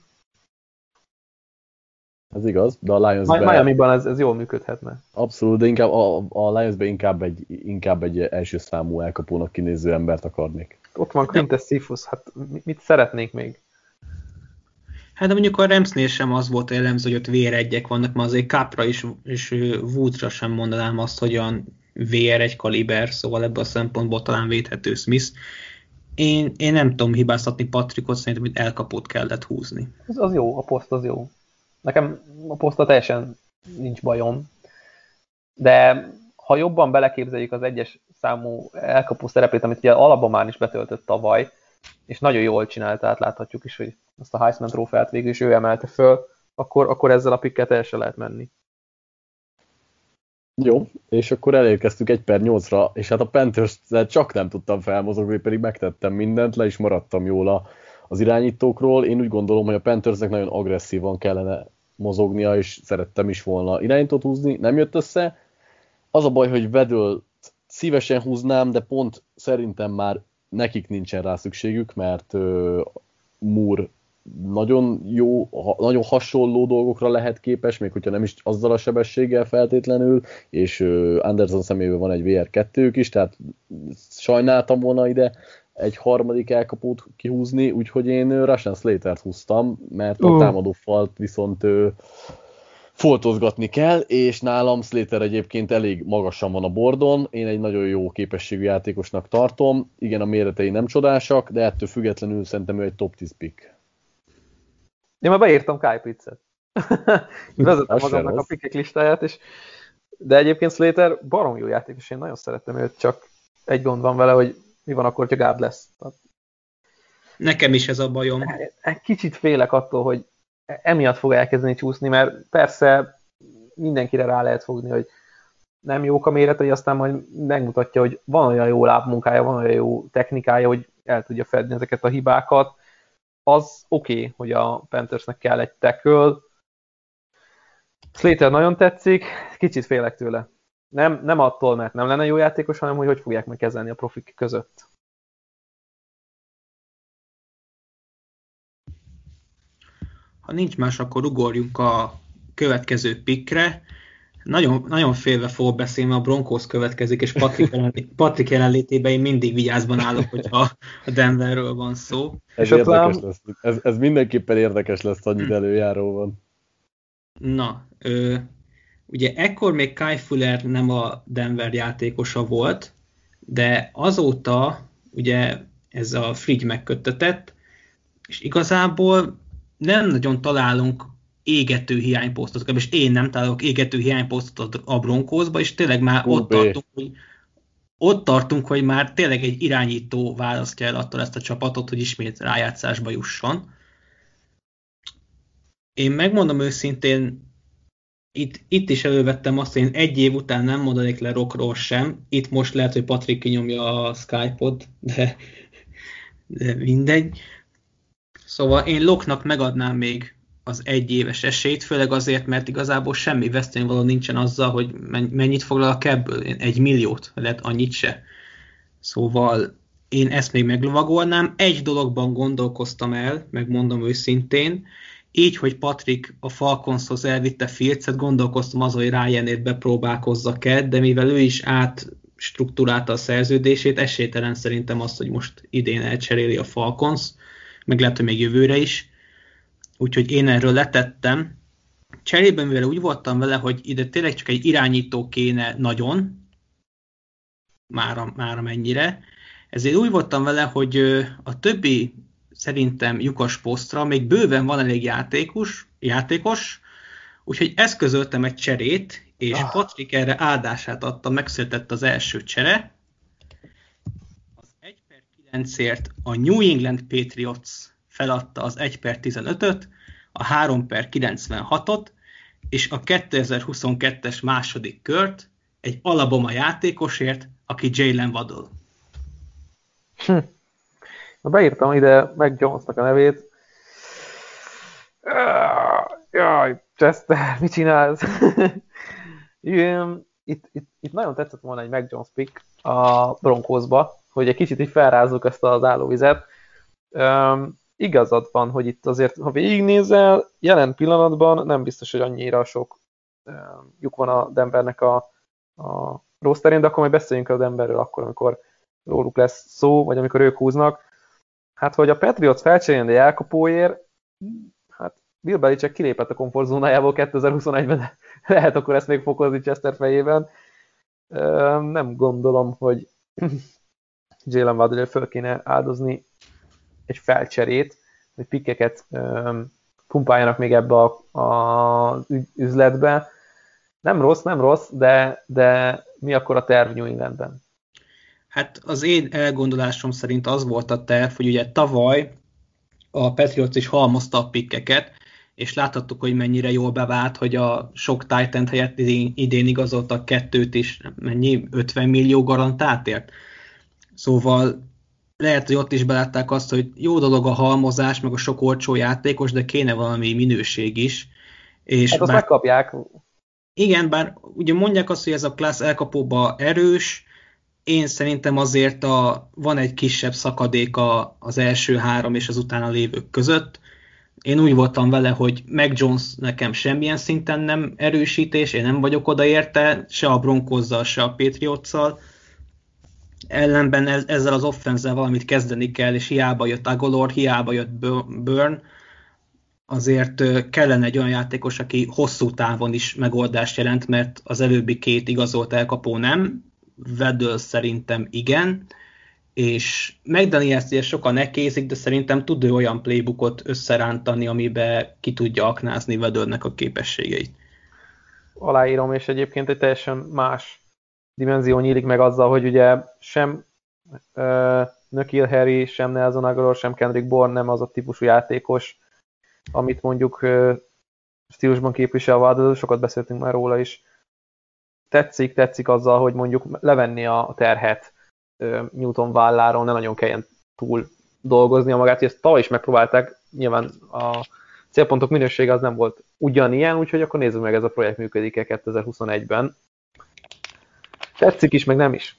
Ez igaz, de a Lions-ben... Miamiban ez jól működhetne. Abszolút, de inkább a Lions-ben inkább egy első számú elkapónak kinéző embert akarnék. Ott van Quintez Cephus, hát mit szeretnénk még? Hát de mondjuk a Ramsnél sem az volt jellemző, hogy ott VR1-ek vannak, mert azért Cupra és Woodsra sem mondanám azt, hogy olyan VR1 kaliber, szóval ebből a szempontból talán védhető Smith. Én nem tudom hibáztatni Patrickot, szerintem, hogy elkapót kellett húzni. Az jó, a poszt az jó. Nekem a poszta teljesen nincs bajom, de ha jobban beleképzeljük az egyes számú elkapó szerepét, amit ugye Alabamán is betöltött tavaly, és nagyon jól csinált, tehát láthatjuk is, hogy azt a Heisman trófeát végül is ő emelte föl, akkor ezzel a pikkel teljesen lehet menni. Jó, és akkor elérkeztünk 1/8-ra, és hát a Panthers-t csak nem tudtam felmozogni, pedig megtettem mindent, le is maradtam jól az irányítókról. Én úgy gondolom, hogy a Panthersnek nagyon agresszívan kellene mozognia, és szerettem is volna irányítót húzni, nem jött össze. Az a baj, hogy Waddle szívesen húznám, de pont szerintem már nekik nincsen rá szükségük, mert Moore nagyon jó, nagyon hasonló dolgokra lehet képes, még hogyha nem is azzal a sebességgel feltétlenül, és Anderson személyében van egy VR2-ük is, tehát sajnáltam volna ide egy harmadik elkapót kihúzni, úgyhogy én Rashawn Slatert húztam, mert a támadófalt viszont foltozgatni kell, és nálam Slater egyébként elég magasan van a bordon, én egy nagyon jó képességű játékosnak tartom, igen, a méretei nem csodásak, de ettől függetlenül szerintem ő egy top 10 pick. Én már beírtam Kyle Pitts-et. Vezetem magamnak a pickek listáját, de egyébként Slater barom jó játékos, én nagyon szeretem őt, csak egy gond van vele, hogy mi van akkor, hogyha guard lesz. Nekem is ez a bajom. Egy kicsit félek attól, hogy emiatt fog elkezdeni csúszni, mert persze mindenkire rá lehet fogni, hogy nem jók a méretei, aztán majd megmutatja, hogy van olyan jó lábmunkája, van olyan jó technikája, hogy el tudja fedni ezeket a hibákat. Az oké, hogy a Panthersnek kell egy tackle. Slater nagyon tetszik, kicsit félek tőle. Nem attól, mert nem lenne jó játékos, hanem hogy fogják megkezelni a profik között. Ha nincs más, akkor ugorjunk a következő pickre. Nagyon, nagyon félve fogok beszélni, a Broncos következik, és Patrick jelenlétében én mindig vigyázban állok, hogyha a Denverről van szó. Ez érdekes lesz. Ez mindenképpen érdekes lesz, annyit előjáró van. Na, ugye ekkor még Kai Fuller nem a Denver játékosa volt, de azóta ugye ez a Fridge megköttetett, és igazából nem nagyon találunk égető hiányposztot, és én nem találok égető hiányposztot a Broncosba, és tényleg már ott tartunk, hogy már tényleg egy irányító választja el attól ezt a csapatot, hogy ismét rájátszásba jusson. Én megmondom őszintén, itt is elővettem azt, hogy én egy év után nem mondanék le Rockról sem. Itt most lehet, hogy Patrick kinyomja a Skype-ot, de mindegy. Szóval én Locknak megadnám még az egyéves esélyt, főleg azért, mert igazából semmi vesztenyvaló nincsen azzal, hogy mennyit foglal a cap-ből, 1 milliót, lehet annyit se. Szóval én ezt még meglovagolnám. Egy dologban gondolkoztam el, megmondom őszintén, így, hogy Patrick a Falconshoz elvitte Fields-et, gondolkoztam azon, hogy Ryanért bepróbálkozzak-e, de mivel ő is átstruktúrálta a szerződését, esélytelen szerintem azt, hogy most idén elcseréli a Falcons, meg lehet, hogy még jövőre is. Úgyhogy én erről letettem. cserében, mivel úgy voltam vele, hogy ide tényleg csak egy irányító kéne nagyon, már mennyire, ezért úgy voltam vele, hogy a többi szerintem lyukas posztra még bőven van elég játékos, úgyhogy eszközöltem egy cserét, és Patrik erre áldását adta, megszületett az első csere. Az 1/9-ért a New England Patriots feladta az 1/15-öt, a 3/96-ot, és a 2022-es második kört egy Alabama játékosért, aki Jalen Waddle. Beírtam ide Mac Jonesnak a nevét. Jaj, Chester, mit csinálsz? Itt nagyon tetszett volna egy Mac Jones pick a Broncosba, hogy egy kicsit így felrázzuk ezt az állóvizet. Igazad van, hogy itt azért, ha végignézel, jelen pillanatban nem biztos, hogy annyira sok lyuk van a Denvernek a rosterén, de akkor majd beszéljünk a Denverről akkor, amikor róluk lesz szó, vagy amikor ők húznak. Hát, hogy a Patriots felcseréljen a elkapóért, hát Bill Belichick kilépett a komfortzónájából 2021-ben, de lehet akkor ezt még fokozni Chester fejében. Nem gondolom, hogy Jalen Waddle föl kéne áldozni egy felcserét, hogy pikkeket pumpáljanak még ebbe az üzletbe. Nem rossz, de mi akkor a terv New Englandben? Hát az én elgondolásom szerint az volt a terv, hogy ugye tavaly a Patriots is halmozta a pikkeket, és láthattuk, hogy mennyire jól bevált, hogy a sok Titan helyett idén igazoltak 2 is, 50 millió garantáltért. Szóval lehet, hogy ott is belátták azt, hogy jó dolog a halmozás, meg a sok olcsó játékos, de kéne valami minőség is. És hát azt megkapják. Igen, bár ugye mondják azt, hogy ez a klassz elkapóba erős, én szerintem azért van egy kisebb szakadék az első 3 és az utána lévők között. Én úgy voltam vele, hogy Mac Jones nekem semmilyen szinten nem erősítés, én nem vagyok odaérte, se a Broncosszal, se a Patriotsszal. Ellenben ezzel az offense-zel valamit kezdeni kell, és hiába jött Agolor, hiába jött Burn, azért kellene egy olyan játékos, aki hosszú távon is megoldást jelent, mert az előbbi 2 igazolt elkapó nem, Waddle szerintem igen, és McDaniels-nél sokan nekézik, de szerintem tud ő olyan playbookot összerántani, amiben ki tudja aknázni Waddle-nek a képességeit. Aláírom, és egyébként egy teljesen más dimenzió nyílik meg azzal, hogy ugye sem N'Keal Harry, sem Nelson Agholor, sem Kendrick Bourne nem az a típusú játékos, amit mondjuk stílusban képvisel Waddle, sokat beszéltünk már róla is. Tetszik azzal, hogy mondjuk levenni a terhet Newton válláról, ne nagyon kelljen túl dolgoznia magát, hogy ezt tavaly is megpróbálták, nyilván a célpontok minősége az nem volt ugyanilyen, úgyhogy akkor nézzük meg, ez a projekt működik-e 2021-ben. Tetszik is, meg nem is.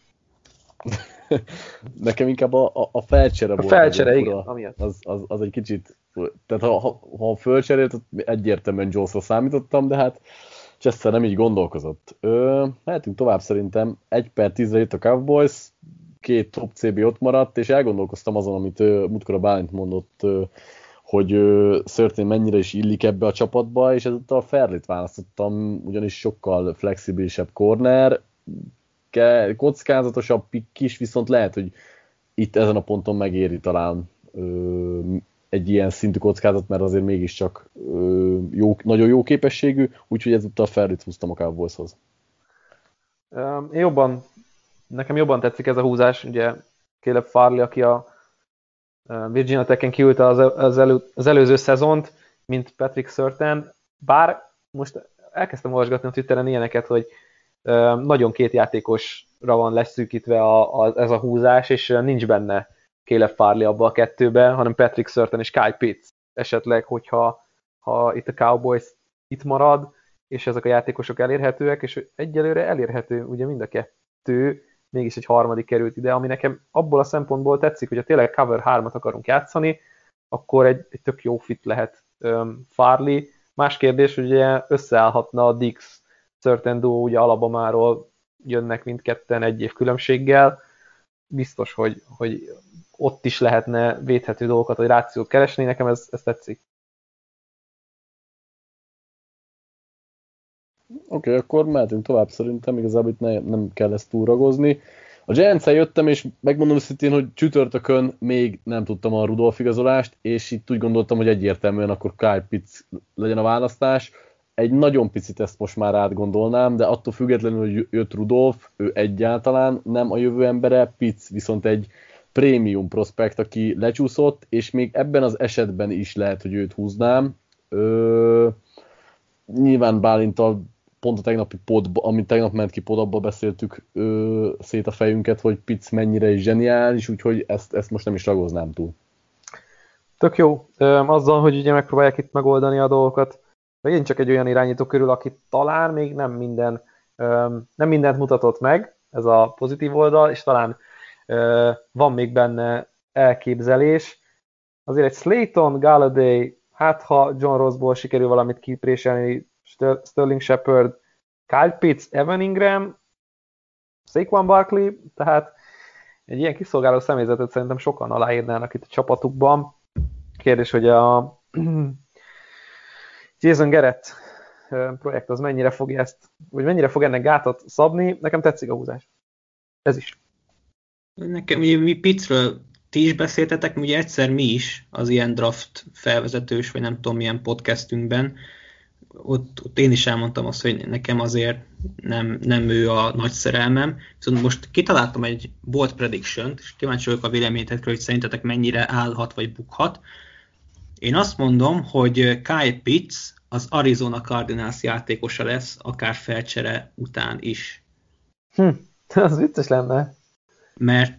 Nekem inkább a felcsere volt. A felcsere, igen, amiatt. Az egy kicsit, tehát ha a fölcserélt, egyértelműen Jonesra számítottam, de hát Chester nem így gondolkozott. Mehetünk tovább szerintem. 1/10-re jött a Cowboys, 2 top CB ott maradt, és elgondolkoztam azon, amit múltkor a Bálint mondott, hogy Surtain mennyire is illik ebbe a csapatba, és ezúttal a Fairley-t választottam, ugyanis sokkal flexibilisebb corner, kockázatosabb pick is, viszont lehet, hogy itt ezen a ponton megéri talán egy ilyen szintű kockázat, mert azért mégiscsak nagyon jó képességű, úgyhogy ezúttal Fairley-t húztam a Cowboyshoz. Nekem jobban tetszik ez a húzás, ugye Caleb Farley, aki a Virginia Tech-en kiülte az előző szezont, mint Patrick Surtain, bár most elkezdtem olvasgatni a Twitteren ilyeneket, hogy nagyon 2 játékosra van leszűkítve ez a húzás, és nincs benne Caleb Farley abba a 2-be, hanem Patrick Surtain és Kyle Pitts esetleg, hogyha itt a Cowboys itt marad, és ezek a játékosok elérhetőek, és egyelőre elérhető ugye mind a 2, mégis egy harmadik került ide, ami nekem abból a szempontból tetszik, hogy ha tényleg cover 3-at akarunk játszani, akkor egy tök jó fit lehet Farley. Más kérdés, hogy ugye összeállhatna a Dix Surtain duo, ugye Alabamáról jönnek mindketten 1 év különbséggel. Biztos, hogy ott is lehetne védhető dolgokat, vagy rációt keresni, nekem ez tetszik. Oké, akkor mehetünk tovább szerintem, igazából itt nem kell ezt túragozni. A Giants-el jöttem, és megmondom őszintén, hogy csütörtökön még nem tudtam a Rudolph igazolást, és itt úgy gondoltam, hogy egyértelműen akkor Kyle Pitts legyen a választás. Egy nagyon picit ezt most már átgondolnám, de attól függetlenül, hogy jött Rudolph, ő egyáltalán nem a jövő embere, Pitts viszont egy prémium prospekt, aki lecsúszott, és még ebben az esetben is lehet, hogy őt húznám. Nyilván Bálintal pont a tegnapi podba, amit tegnap ment ki pod, abba beszéltük szét a fejünket, hogy Pitts mennyire is zseniális, úgyhogy ezt most nem is ragoznám túl. Tök jó. Azzal, hogy ugye megpróbálják itt megoldani a dolgokat, megint csak egy olyan irányító körül, aki talán még nem mindent mutatott meg, ez a pozitív oldal, és talán van még benne elképzelés. Azért egy Slayton, Galladay, hát ha John Rossból sikerül valamit kipréselni, Sterling Shepard, Kyle Pitts, Evan Ingram, Saquon Barkley, tehát egy ilyen kiszolgáló személyzetet szerintem sokan aláírnának itt a csapatukban. Kérdés, hogy a Jason Garrett projekt az mennyire fogja ezt, vagy mennyire fog ennek gátat szabni. Nekem tetszik a húzás. Ez is. Nekem, ugye mi Pittsről ti is beszéltetek, ugye egyszer mi is az ilyen draft felvezetős, vagy nem tudom milyen podcastünkben, ott én is elmondtam azt, hogy nekem azért nem ő a nagy szerelmem. Viszont most kitaláltam egy bold prediction-t, és kíváncsi vagyok a véleményetekről, hogy szerintetek mennyire állhat vagy bukhat. Én azt mondom, hogy Kyle Pitts az Arizona Cardinals játékosa lesz, akár felcsere után is. Az vicces lenne. Mert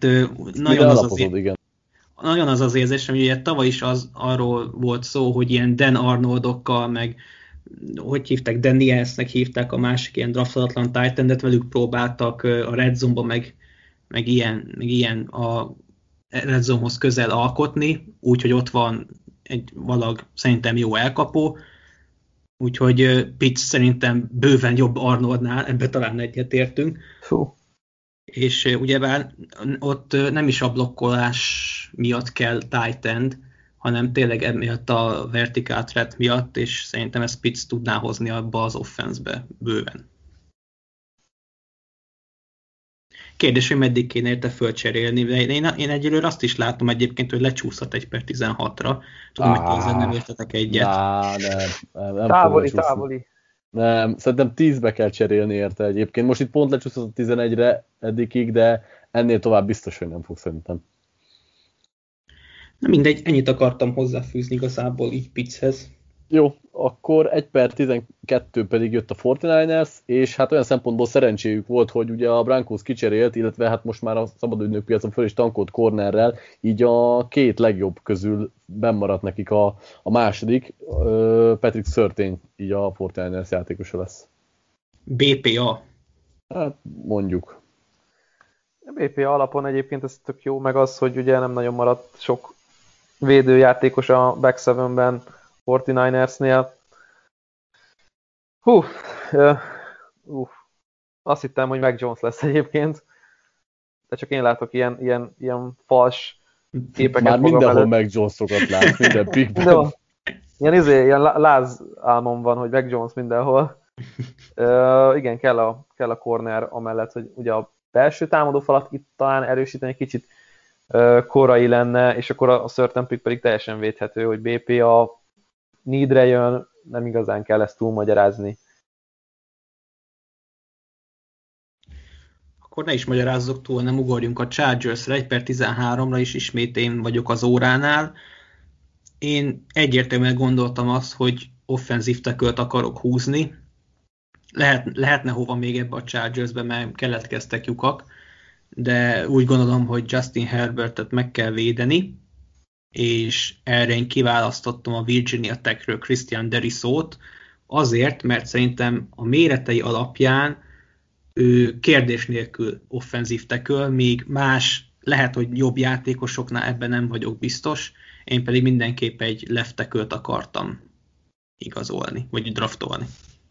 nagyon az érzésem, hogy ugye tavaly is arról volt szó, hogy ilyen Dan Arnoldokkal, meg hogy hívták, Danielsnek hívták a másik ilyen draftolatlan tight endet, velük próbáltak a Red Zone-ba meg ilyen a Red Zone-hoz közel alkotni, úgyhogy ott van egy valag szerintem jó elkapó, úgyhogy Pitts szerintem bőven jobb Arnoldnál, ebbe talán egyetértünk. És ugyebár ott nem is a blokkolás miatt kell tight end, hanem tényleg emiatt a vertical threat miatt, és szerintem ezt Pitts tudná hozni abba az offense-be bőven. Kérdés, hogy meddig kéne érte fölcserélni, de én egyelőre azt is látom egyébként, hogy lecsúszhat 1/16-ra. Tudom, hogy ezzel nem értetek egyet. Nem távoli. Nem, szerintem 10-be kell cserélni érte egyébként. Most itt pont lecsúszott a 11-re eddigig, de ennél tovább biztos, hogy nem fog szerintem. Na mindegy, ennyit akartam hozzáfűzni igazából így Pittshez. Jó, akkor 1/12 pedig jött a 49ers, és hát olyan szempontból szerencséjük volt, hogy ugye a Broncos kicserélt, illetve hát most már a szabadügynök piacon föl is tankolt cornerrel, így a két legjobb közül bennmaradt nekik a második, Patrick Surtain, így a 49ers játékosa lesz. BPA. Hát mondjuk. A BPA alapon egyébként ez tök jó, meg az, hogy ugye nem nagyon maradt sok védőjátékos a back seven-ben 49ersnél. Azt hittem, hogy Mac Jones lesz egyébként, de csak én látok ilyen fals képeket. Már mindenhol Mac Jones-okat lát, minden pickben. Ilyen láz álmom van, hogy Mac Jones mindenhol. Igen, kell a corner amellett, hogy ugye a belső támadófalat itt talán erősíteni kicsit korai lenne, és akkor a certain pick pedig teljesen védhető, hogy BPA needre jön, nem igazán kell ezt túlmagyarázni. Akkor ne is magyarázzuk túl, nem ugorjunk a Chargers-re, 1/13-ra is ismét én vagyok az óránál. Én egyértelműen gondoltam azt, hogy offenzív tackle-t akarok húzni. Lehetne hova még ebbe a Chargers-be, mert keletkeztek lyukak, de úgy gondolom, hogy Justin Herbertet meg kell védeni, és erre én kiválasztottam a Virginia Techről Christian Derisot, azért, mert szerintem a méretei alapján ő kérdés nélkül offenzív tackle, míg más, lehet, hogy jobb játékosoknál ebben nem vagyok biztos, én pedig mindenképp egy left tackle-t akartam igazolni, vagy draftolni.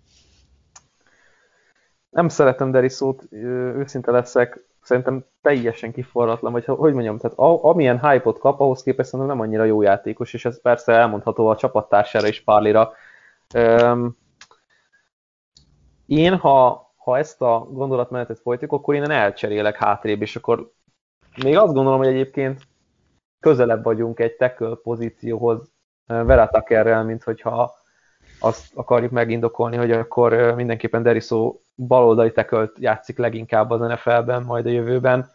Nem szeretem Derisot, őszinte leszek, szerintem teljesen kiforratlan, vagy hogy mondjam, tehát amilyen hype-ot kap, ahhoz képest szerintem nem annyira jó játékos, és ez persze elmondható a csapattársára és Parleyra. Én, ha ezt a gondolatmenetet folytatjuk, akkor én elcserélek hátrébb, és akkor még azt gondolom, hogy egyébként közelebb vagyunk egy tackle pozícióhoz Vera Tuckerrel, mint hogyha azt akarjuk megindokolni, hogy akkor mindenképpen Deriso baloldali tackle-t játszik leginkább az NFL-ben, majd a jövőben.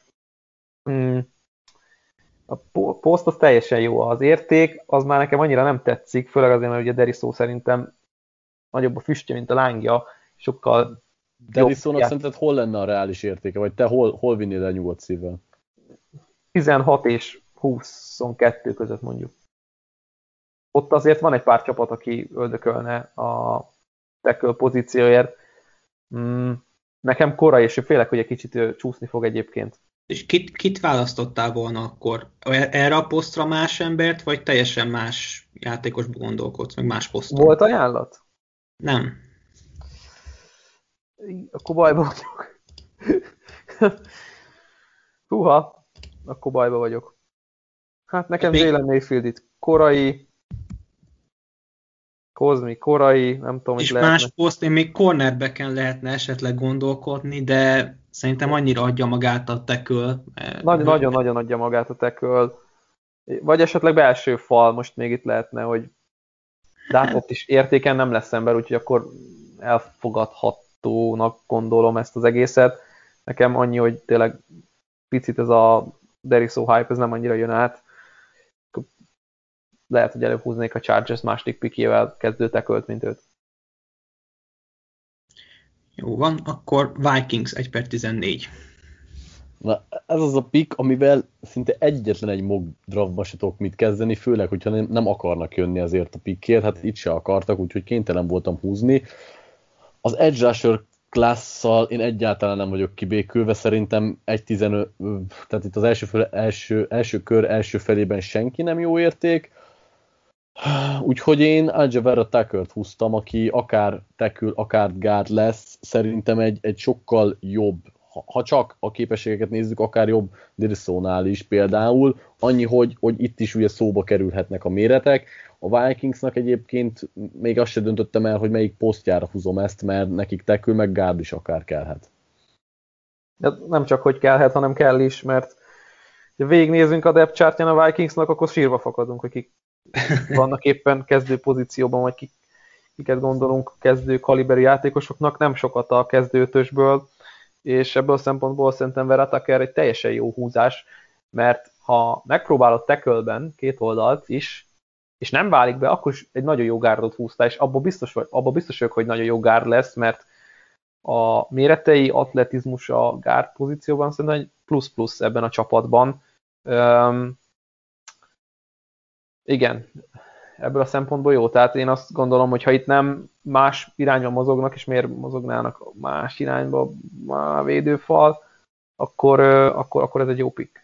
A poszt az teljesen jó, az érték, az már nekem annyira nem tetszik, főleg azért, mert ugye Deriso szerintem nagyobb a füstje, mint a lángja, sokkal Derisónak szerinted hol lenne a reális értéke, vagy te hol vinnéd el nyugodt szívvel? 16 és 22 között mondjuk. Ott azért van egy pár csapat, aki öldökölne a tackle pozícióért. Nekem korai, és félek, hogy egy kicsit csúszni fog egyébként. És kit választottál volna akkor? Erre a posztra más embert, vagy teljesen más játékosba gondolkodsz, meg más poszton? Volt ajánlat? Nem. Akkor bajba vagyok. Húha, akkor bajba vagyok. Hát nekem Jalen Mayfield itt korai, Kozmi korai, nem tudom, és más posztén még cornerbacken lehetne esetleg gondolkodni, de szerintem annyira adja magát a tackle. Nagyon-nagyon adja magát a tackle. Vagy esetleg belső fal, most még itt lehetne, hogy de hát ott is értéken nem lesz ember, úgyhogy akkor elfogadhatónak gondolom ezt az egészet. Nekem annyi, hogy tényleg picit ez a Deriso hype, ez nem annyira jön át. Lehet, hogy előbb húznék a Chargers második pikjével kezdő tackle-t, mint őt. Jó van, akkor Vikings 1/14. Na, ez az a pick, amivel szinte egyetlen egy mock draftba se tudok mit kezdeni, főleg, hogyha nem akarnak jönni azért a pickért, hát itt se akartak, úgyhogy kénytelen voltam húzni. Az edge rusher klasszal én egyáltalán nem vagyok kibékülve, szerintem 1.15, tehát itt az első kör első felében senki nem jó érték, úgyhogy én Aljavera Tuckert húztam, aki akár tackle, akár guard lesz, szerintem egy sokkal jobb, ha csak a képességeket nézzük, akár jobb Derisónál is például, annyi, hogy itt is ugye szóba kerülhetnek a méretek. A Vikingsnak egyébként még azt se döntöttem el, hogy melyik posztjára húzom ezt, mert nekik tackle meg guard is akár kellhet. De nem csak hogy kellhet, hanem kell is, mert ha végignézünk a depth chartján a Vikingsnak, akkor sírva fakadunk, hogy kik vannak éppen kezdő pozícióban, vagy kiket gondolunk kezdő kaliberű játékosoknak, nem sokat a kezdő ötösből, és ebből a szempontból szerintem Vera Tucker egy teljesen jó húzás, mert ha megpróbálod tackle-ben két oldalt is, és nem válik be, akkor is egy nagyon jó guardot húztál, és abban biztos vagyok, hogy nagyon jó guard lesz, mert a méretei, atletizmus a guard pozícióban szerintem egy plusz-plusz ebben a csapatban. Igen, ebből a szempontból jó. Tehát én azt gondolom, hogy ha itt nem más irányba mozognak, és miért mozognának más irányba a védőfal, akkor ez egy jó pick.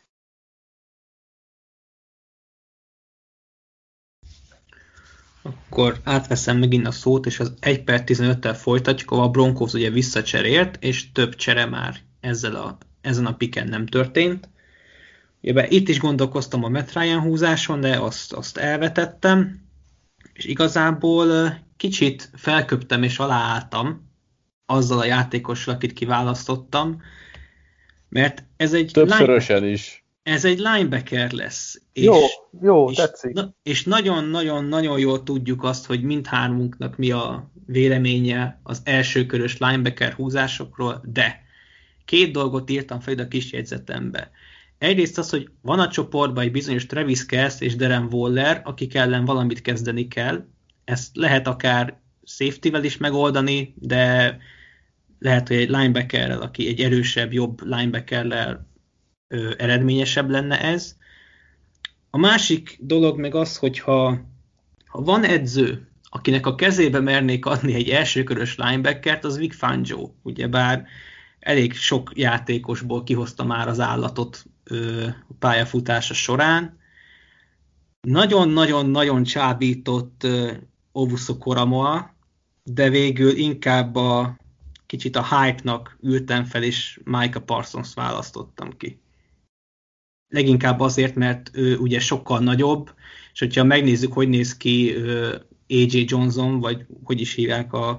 Akkor átveszem megint a szót, és az 1/15-tel folytatjuk, ahol a Broncos ugye visszacserélt, és több csere már ezen a picken nem történt. Ugye itt is gondolkoztam a Matt Ryan húzáson, de azt elvetettem, és igazából kicsit felköptem és aláálltam azzal a játékossal, akit kiválasztottam, mert ez egy többszörösen is. Ez egy linebacker lesz. Jó, tetszik. És nagyon-nagyon-nagyon jól tudjuk azt, hogy mindhármunknak mi a véleménye az elsőkörös linebacker húzásokról, de két dolgot írtam fel a kis jegyzetembe. Egyrészt az, hogy van a csoportban egy bizonyos Travis Kelce és Darren Waller, akik ellen valamit kezdeni kell. Ezt lehet akár safety-vel is megoldani, de lehet, hogy egy linebackerrel, aki egy erősebb, jobb linebackerrel eredményesebb lenne ez. A másik dolog meg az, hogy ha van edző, akinek a kezébe mernék adni egy elsőkörös linebackert, az Vic Fangio. Ugyebár elég sok játékosból kihozta már az állatot a pályafutása során. Nagyon-nagyon-nagyon csábított Ovuso Koramoa, de végül inkább kicsit a hype-nak ültem fel, és Micah Parsons választottam ki. Leginkább azért, mert ő ugye sokkal nagyobb, és hogyha megnézzük, hogy néz ki A.J. Johnson, vagy hogy is hívják a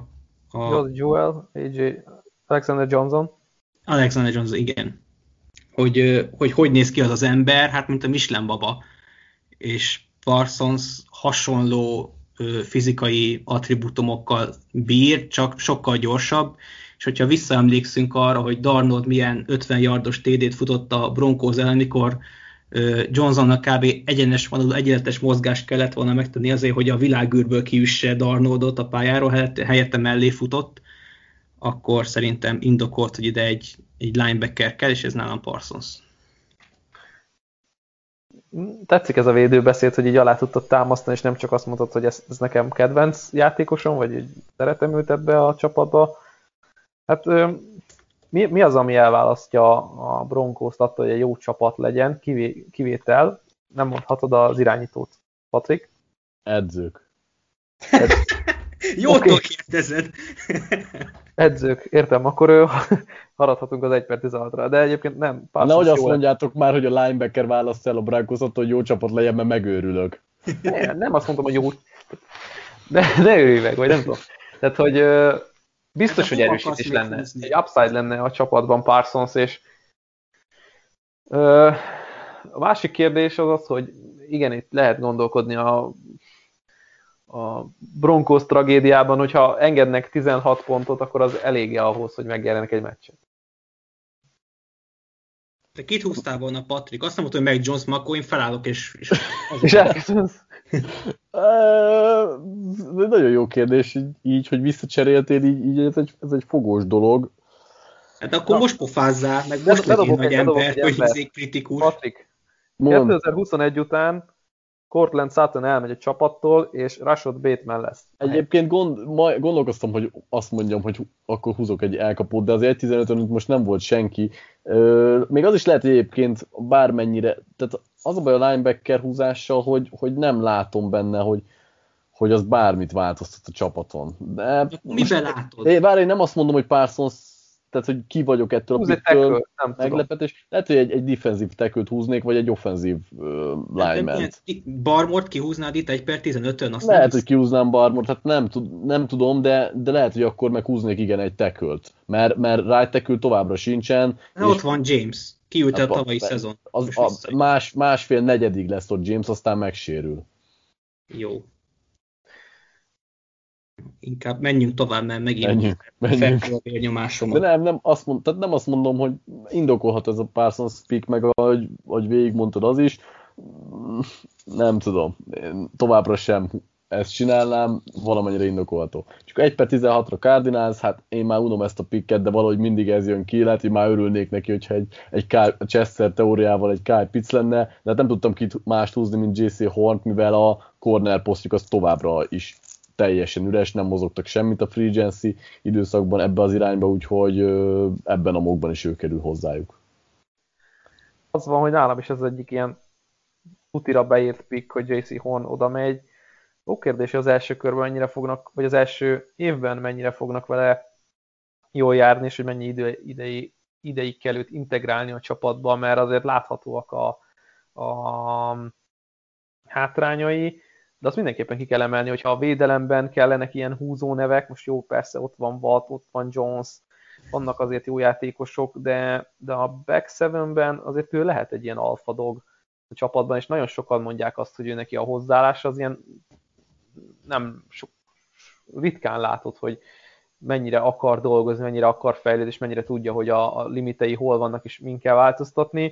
Josh Jewell, Alexander Johnson. Alexander Johnson, igen. Hogy néz ki az az ember, hát mint a Michelin baba. És Parsons hasonló fizikai attribútumokkal bír, csak sokkal gyorsabb, és hogyha visszaemlékszünk arra, hogy Darnold milyen 50 yardos TD-t futott a Broncos ellen, mikor Johnsonnak kb. Egyenletes mozgást kellett volna megtenni azért, hogy a világűrből kiüsse Darnoldot a pályáról, helyette mellé futott, akkor szerintem indokolt, hogy ide egy linebacker kell, és ez nálam Parsons. Tetszik ez a védőbeszéd, hogy így alá tudtad támasztani, és nem csak azt mondtad, hogy ez nekem kedvenc játékosom, vagy szeretem őt ebbe a csapatba. Hát mi az, ami elválasztja a Broncos-t attól, hogy egy jó csapat legyen, kivétel, nem mondhatod az irányítót, Patrik? Edzők. Jól kérdezed. Edzők, értem, akkor haradhatunk az 1/16-ra, de egyébként nem. Nehogy azt mondjátok már, hogy a linebacker választ el a Broncos-ot, hogy jó csapat legyen, mert megőrülök. Nem azt mondtam, hogy jó. De ne őrülj meg, vagy nem tudom. Tehát, hogy biztos, hogy erősítés lenne. Egy upside lenne a csapatban Parsons, és a másik kérdés az az, hogy igen, itt lehet gondolkodni a Broncos tragédiában, hogyha engednek 16 pontot, akkor az eléggé ahhoz, hogy megjellenek egy meccset. Te kit húztál volna, Patrik? Azt nem mondta, hogy meg Jones, akkor én felállok, és elkezdem. Nagyon jó kérdés, így hogy visszacseréltél, így ez egy fogós dolog. Hát akkor most pofázzál, meg most legyél nagy ember, hogy ez kritikus. Patrik, 2021 után Cortland Sutton elmegy a csapattól, és Rashad Bateman lesz. Egyébként gondolkoztam, hogy azt mondjam, hogy akkor húzok egy elkapót, de az 1.15-ön most nem volt senki. Még az is lehet, hogy egyébként bármennyire, tehát az a baj a linebacker húzással, hogy nem látom benne, hogy az bármit változtat a csapaton. De miben látod? Várj, én nem azt mondom, hogy Parsons, tehát hogy ki vagyok ettől a pittől, meglepetés. Lehet, hogy egy defensív tackle-t húznék, vagy egy offenzív lineman-t. Barmort kihúznád itt 1/15-ön? Lehet, hogy kihúznám Barmort, hát nem tudom, de lehet, hogy akkor meg húznék igen egy tackle-t. Mert right tackle továbbra sincsen. Ott van James, kiült a tavalyi szezon. Másfél negyedig lesz ott James, aztán megsérül. Jó. Inkább menjünk tovább, mert megint menjünk. A vérnyomásomat. De nem azt mondom, hogy indokolhat ez a Parsons pick, meg ahogy végigmondtad az is. Nem tudom. Én továbbra sem ezt csinálnám, valamennyire indokolható. Csak 1/16-ra Cardinals, hát én már unom ezt a picket, de valahogy mindig ez jön ki, lehet, hogy már örülnék neki, hogyha egy Chester teóriával egy Kyle Pitts lenne, de hát nem tudtam kit mást húzni, mint J.C. Hornt, mivel a corner posztjuk az továbbra is teljesen üres, nem mozogtak semmit a free agency időszakban ebbe az irányba, úgyhogy ebben a mokban is ő kerül hozzájuk. Az van, hogy nálam is ez egyik ilyen utira beírt pick, hogy J.C. Horn oda megy. Ó, kérdés, hogy az első körben mennyire fognak, vagy az első évben mennyire fognak vele jól járni, és hogy mennyi ideig kell őt integrálni a csapatba, mert azért láthatóak a hátrányai, de azt mindenképpen ki kell emelni, hogyha a védelemben kellenek ilyen húzó nevek, most jó, persze ott van Watt, ott van Jones, vannak azért jó játékosok, de a back sevenben azért ő lehet egy ilyen alfa dog a csapatban, és nagyon sokan mondják azt, hogy ő neki a hozzáállás az ilyen ritkán látod, hogy mennyire akar dolgozni, mennyire akar fejlődni, és mennyire tudja, hogy a limitei hol vannak, és min kell változtatni.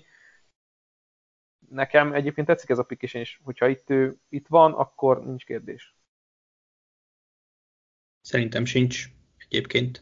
Nekem egyébként tetszik ez a pick, és hogyha itt van, akkor nincs kérdés. Szerintem sincs egyébként.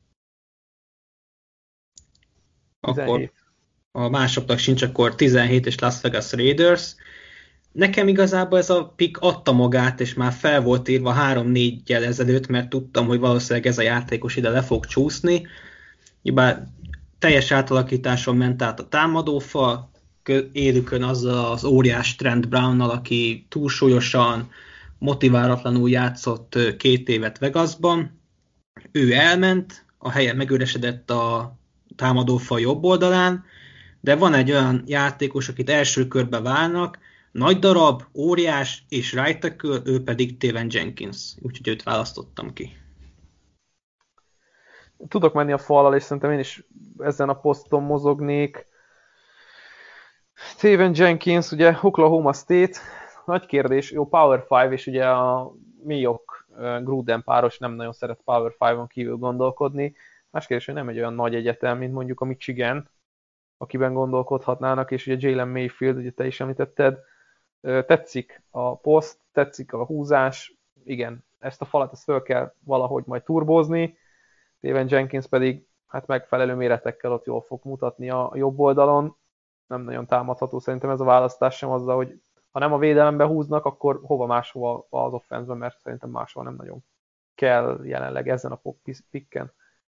17. Akkor a másoknak sincs, akkor 17 és Las Vegas Raiders. Nekem igazából ez a pick adta magát, és már fel volt írva 3-4-jel ezelőtt, mert tudtam, hogy valószínűleg ez a játékos ide le fog csúszni. Bár teljes átalakításon ment át a támadófal, élükön azzal az óriás Trent Brownnal, aki túlsúlyosan, motiválatlanul játszott 2 évet Vegasban. Ő elment, a helye megüresedett a támadófal jobb oldalán, de van egy olyan játékos, akit első körbe válnak, nagy darab, óriás és right tackle, ő pedig Taven Jenkins, úgyhogy őt választottam ki. tudok menni a fallal, és szerintem én is ezen a poszton mozognék. Steven Jenkins, ugye Oklahoma State, nagy kérdés, jó Power 5, és ugye a Miok Gruden páros nem nagyon szeret Power 5-on kívül gondolkodni. Más kérdés, hogy nem egy olyan nagy egyetem, mint mondjuk a Michigan, akiben gondolkodhatnának, és ugye Jalen Mayfield, ugye te is említetted, tetszik a poszt, tetszik a húzás, igen, ezt a falat föl kell valahogy majd turbózni, Steven Jenkins pedig hát megfelelő méretekkel ott jól fog mutatni a jobb oldalon, nem nagyon támadható szerintem ez a választás sem azzal, hogy ha nem a védelembe húznak, akkor hova máshova az offenszben, mert szerintem máshova nem nagyon kell jelenleg ezen a picken.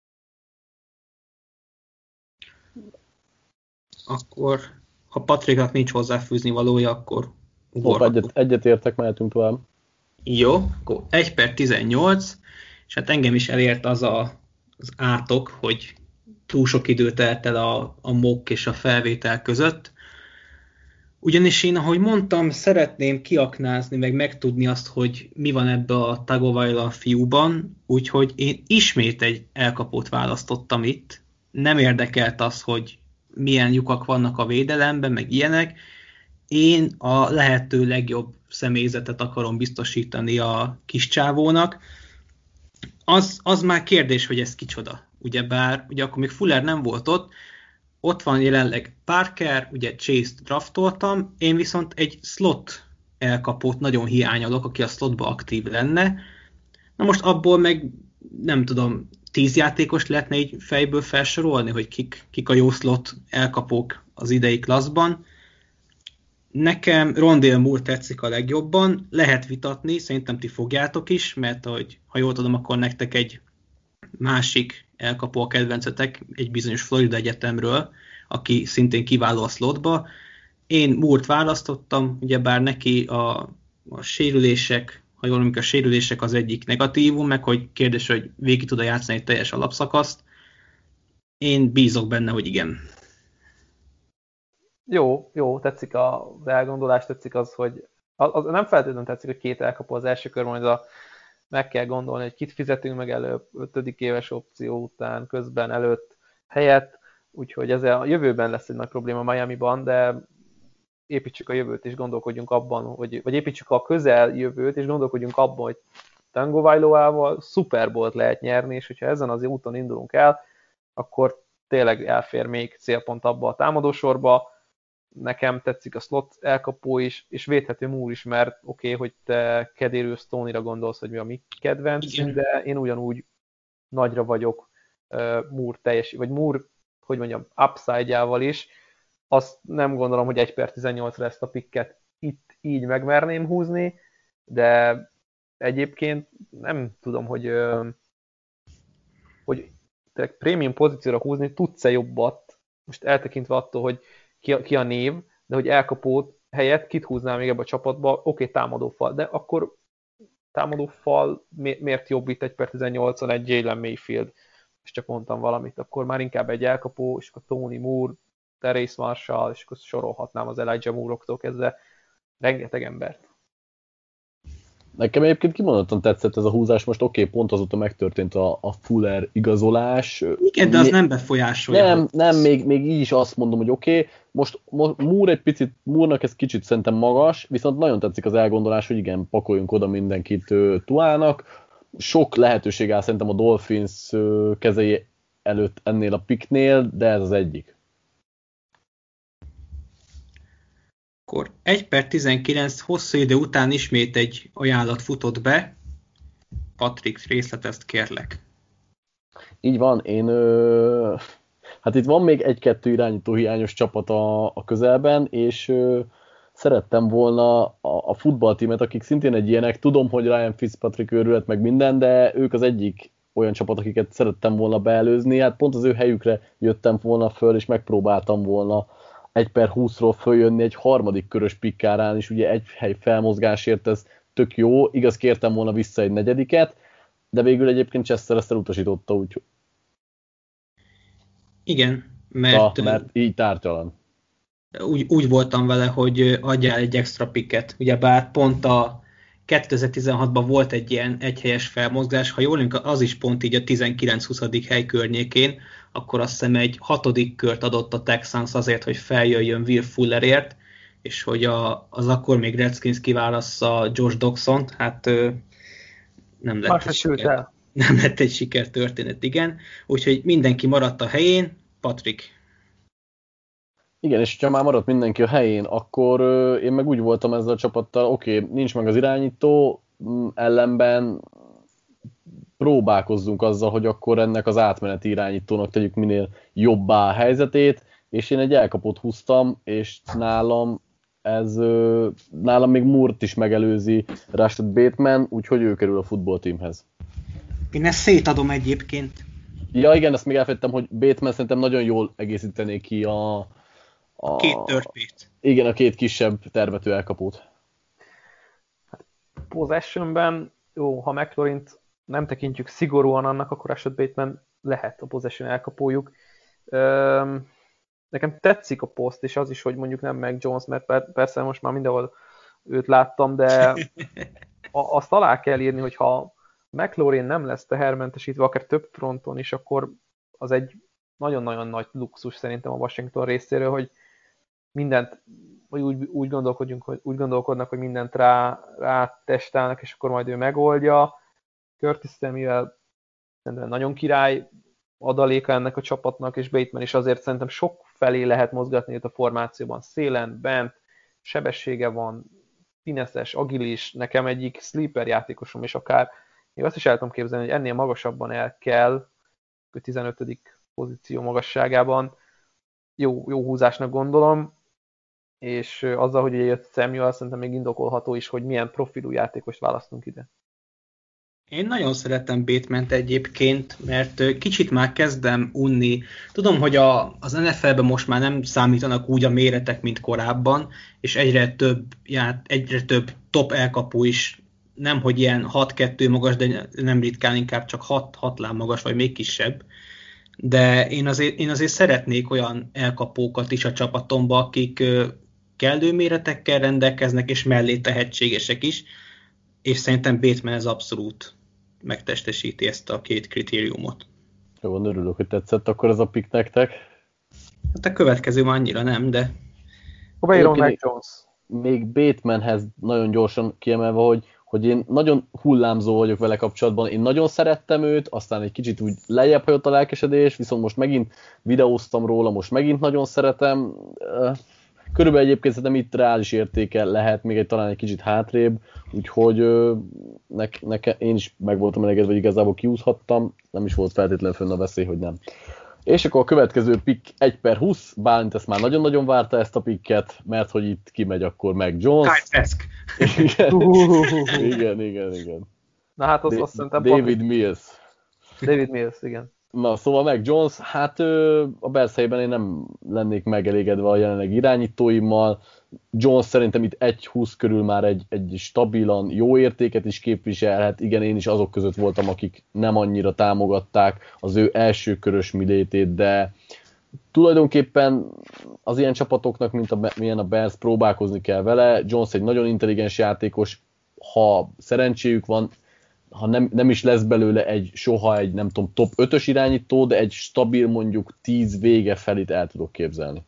Akkor, ha Patriknak nincs hozzáfűzni valója, akkor egyet értek, mehetünk tovább. Jó, akkor 1/18, és hát engem is elért az átok, hogy túl sok idő telt el a mock és a felvétel között. Ugyanis én, ahogy mondtam, szeretném kiaknázni, meg megtudni azt, hogy mi van ebbe a Tagovailoa fiúban, úgyhogy én ismét egy elkapót választottam itt. Nem érdekelt az, hogy milyen lyukak vannak a védelemben, meg ilyenek. Én a lehető legjobb személyzetet akarom biztosítani a kis csávónak. Az már kérdés, hogy ez kicsoda. Ugyebár, ugye akkor még Fuller nem volt ott van jelenleg Parker, ugye Chase-t draftoltam, én viszont egy slot elkapót nagyon hiányolok, aki a slotba aktív lenne. Na most abból meg nem tudom, 10 játékos lehetne így fejből felsorolni, hogy kik a jó slot elkapók az idei klasszban. Nekem Rondale Moore tetszik a legjobban, lehet vitatni, szerintem ti fogjátok is, mert ha jól tudom, akkor nektek egy másik elkapó a kedvencetek, egy bizonyos Florida Egyetemről, aki szintén kiváló a slotba. Én Moore-t választottam, ugyebár neki a sérülések, ha jól mondjuk a sérülések az egyik negatívum, meg hogy kérdés, hogy végig tud-e játszani egy teljes alapszakaszt. Én bízok benne, hogy igen. Jó, tetszik az elgondolás, tetszik az, hogy az nem feltétlenül tetszik, hogy 2 elkapó az első körben, hogy meg kell gondolni, hogy kit fizetünk meg előbb, 5. éves opció után, közben, előtt, helyett, úgyhogy ez a jövőben lesz egy nagy probléma Miamiban, de építsük a jövőt és gondolkodjunk abban, vagy építsük a közeljövőt és gondolkodjunk abban, hogy Tagovailoával Super Bowl-t lehet nyerni, és hogyha ezen az úton indulunk el, akkor tényleg elfér még célpont abba a támadósorba. Nekem tetszik a slot elkapó is, és védhető Moore is, mert oké, hogy te Kadarius Toney-ra gondolsz, hogy mi a mi kedvencünk, de én ugyanúgy nagyra vagyok Moore vagy Moore, hogy mondjam, upside-jával is. Azt nem gondolom, hogy 1/18-ra ezt a picket itt így megmerném húzni, de egyébként nem tudom, hogy te prémium pozícióra húzni tudsz-e jobbat, most eltekintve attól, hogy ki a név, de hogy elkapót helyett kit húznál még ebbe a csapatba, oké, támadófal, de akkor támadófal miért jobb itt 1/18-on egy Jalen Mayfield, és csak mondtam valamit, akkor már inkább egy elkapó, és akkor Tony Moore, Terrace Marshall, és akkor sorolhatnám az Elijah Moore-októl kezdve rengeteg embert. Nekem egyébként kimondottan tetszett ez a húzás, most pont azóta megtörtént a Fuller igazolás. Igen, de az nem befolyásolja. Nem, még így is azt mondom, hogy most Moore-nak ez kicsit szerintem magas, viszont nagyon tetszik az elgondolás, hogy igen, pakoljunk oda mindenkit Tuának. Sok lehetőség áll szerintem a Dolphins kezei előtt ennél a picknél, de ez az egyik. Akkor 1/19 hosszú idő után ismét egy ajánlat futott be. Patrik, részletezt kérlek. Így van, hát itt van még 1-2 irányító hiányos csapat a közelben, és szerettem volna a futballtímet, akik szintén egy ilyenek, tudom, hogy Ryan Fitzpatrick őrület meg minden, de ők az egyik olyan csapat, akiket szerettem volna beelőzni, hát pont az ő helyükre jöttem volna föl, és megpróbáltam volna 1/20-ról följönni egy harmadik körös pikkárán, és ugye egy hely felmozgásért ez tök jó, igaz kértem volna vissza egy negyediket, de végül egyébként Chester ezt elutasította, úgyhogy... Igen, mert így tárgyalan. Úgy voltam vele, hogy adjál egy extra picket, ugyebár pont a 2016-ban volt egy ilyen egyhelyes felmozgás, ha jól emlékszem, az is pont így a 19-20. hely környékén, akkor azt hiszem egy 6. kört adott a Texans azért, hogy feljöjjön Will Fullerért, és hogy az akkor még Redskins kiválassza Josh Doxont, hát nem lett egy sikertörténet, igen. Úgyhogy mindenki maradt a helyén. Patrik. Igen, és ha már maradt mindenki a helyén, akkor én meg úgy voltam ezzel a csapattal, oké, nincs meg az irányító, ellenben próbálkozzunk azzal, hogy akkor ennek az átmeneti irányítónak tegyük minél jobbá a helyzetét, és én egy elkapót húztam, és nálam még Moore-t is megelőzi Rashad Bateman, úgyhogy ő kerül a futballteamhez. Én ezt szétadom egyébként. Ja igen, ezt még elfelejtettem, hogy Bateman szerintem nagyon jól egészítené ki a két törpét. Igen, a két kisebb tervető elkapót. Possessionben, jó, ha McLaurint nem tekintjük szigorúan annak, akkor Rashad Bateman lehet a possession elkapójuk. Nekem tetszik a poszt, és az is, hogy mondjuk nem meg Jones, mert persze most már mindenhol őt láttam, de azt alá kell írni, hogy ha McLaurin nem lesz tehermentesítve, akár több fronton is, akkor az egy nagyon-nagyon nagy luxus szerintem a Washington részéről, hogy mindent, vagy úgy gondolkodnak, hogy mindent rá testálnak, és akkor majd ő megoldja. Curtis Samuel szerintem nagyon király adaléka ennek a csapatnak, és Bateman is azért szerintem sok felé lehet mozgatni őt a formációban. Szélen, bent, sebessége van, fineszes, agilis, nekem egyik sleeper játékosom, és akár még azt is el tudom képzelni, hogy ennél magasabban el kell, 15. pozíció magasságában, jó húzásnak gondolom, és azzal, hogy jött Samuel, szerintem még indokolható is, hogy milyen profilú játékost választunk ide. Én nagyon szeretem Batemant egyébként, mert kicsit már kezdem unni. Tudom, hogy az NFL-ben most már nem számítanak úgy a méretek, mint korábban, és egyre több top elkapó is, nem hogy ilyen 6-2 magas, de nem ritkán inkább csak 6 láb magas, vagy még kisebb. De én azért szeretnék olyan elkapókat is a csapatomba, akik kellő méretekkel rendelkeznek, és mellé tehetségesek is, és szerintem Bateman ez abszolút megtestesíti ezt a két kritériumot. Jó, van, örülök, hogy tetszett akkor ez a pick nektek. Hát a következő már annyira nem, de... Beírom meg Jones. Még Batemanhez nagyon gyorsan kiemelve, hogy én nagyon hullámzó vagyok vele kapcsolatban. Én nagyon szerettem őt, aztán egy kicsit úgy lejjebb hagyott a lelkesedés, viszont most megint videóztam róla, most megint nagyon szeretem. Körülbelül egyébként szerintem itt reális értéke lehet, még talán egy kicsit hátrébb, úgyhogy én is meg voltam elégedve, hogy igazából kiúzhattam, nem is volt feltétlenül fönn a veszély, hogy nem. És akkor a következő pick 1/20, Bálint ezt már nagyon-nagyon várta ezt a picket, mert hogy itt kimegy akkor meg Jones. Igen. Na hát azt szerintem... David Mills, igen. Na, szóval meg Jones, hát a Bears helyében én nem lennék megelégedve a jelenleg irányítóimmal. Jones szerintem itt 1/20 körül már egy stabilan jó értéket is képviselhet. Igen, én is azok között voltam, akik nem annyira támogatták az ő első körös milétét, de tulajdonképpen az ilyen csapatoknak, milyen a Bears, próbálkozni kell vele. Jones egy nagyon intelligens játékos, ha szerencséjük van, ha nem is lesz belőle soha egy nem tudom, top 5-ös irányító, de egy stabil mondjuk 10 vége felét el tudok képzelni.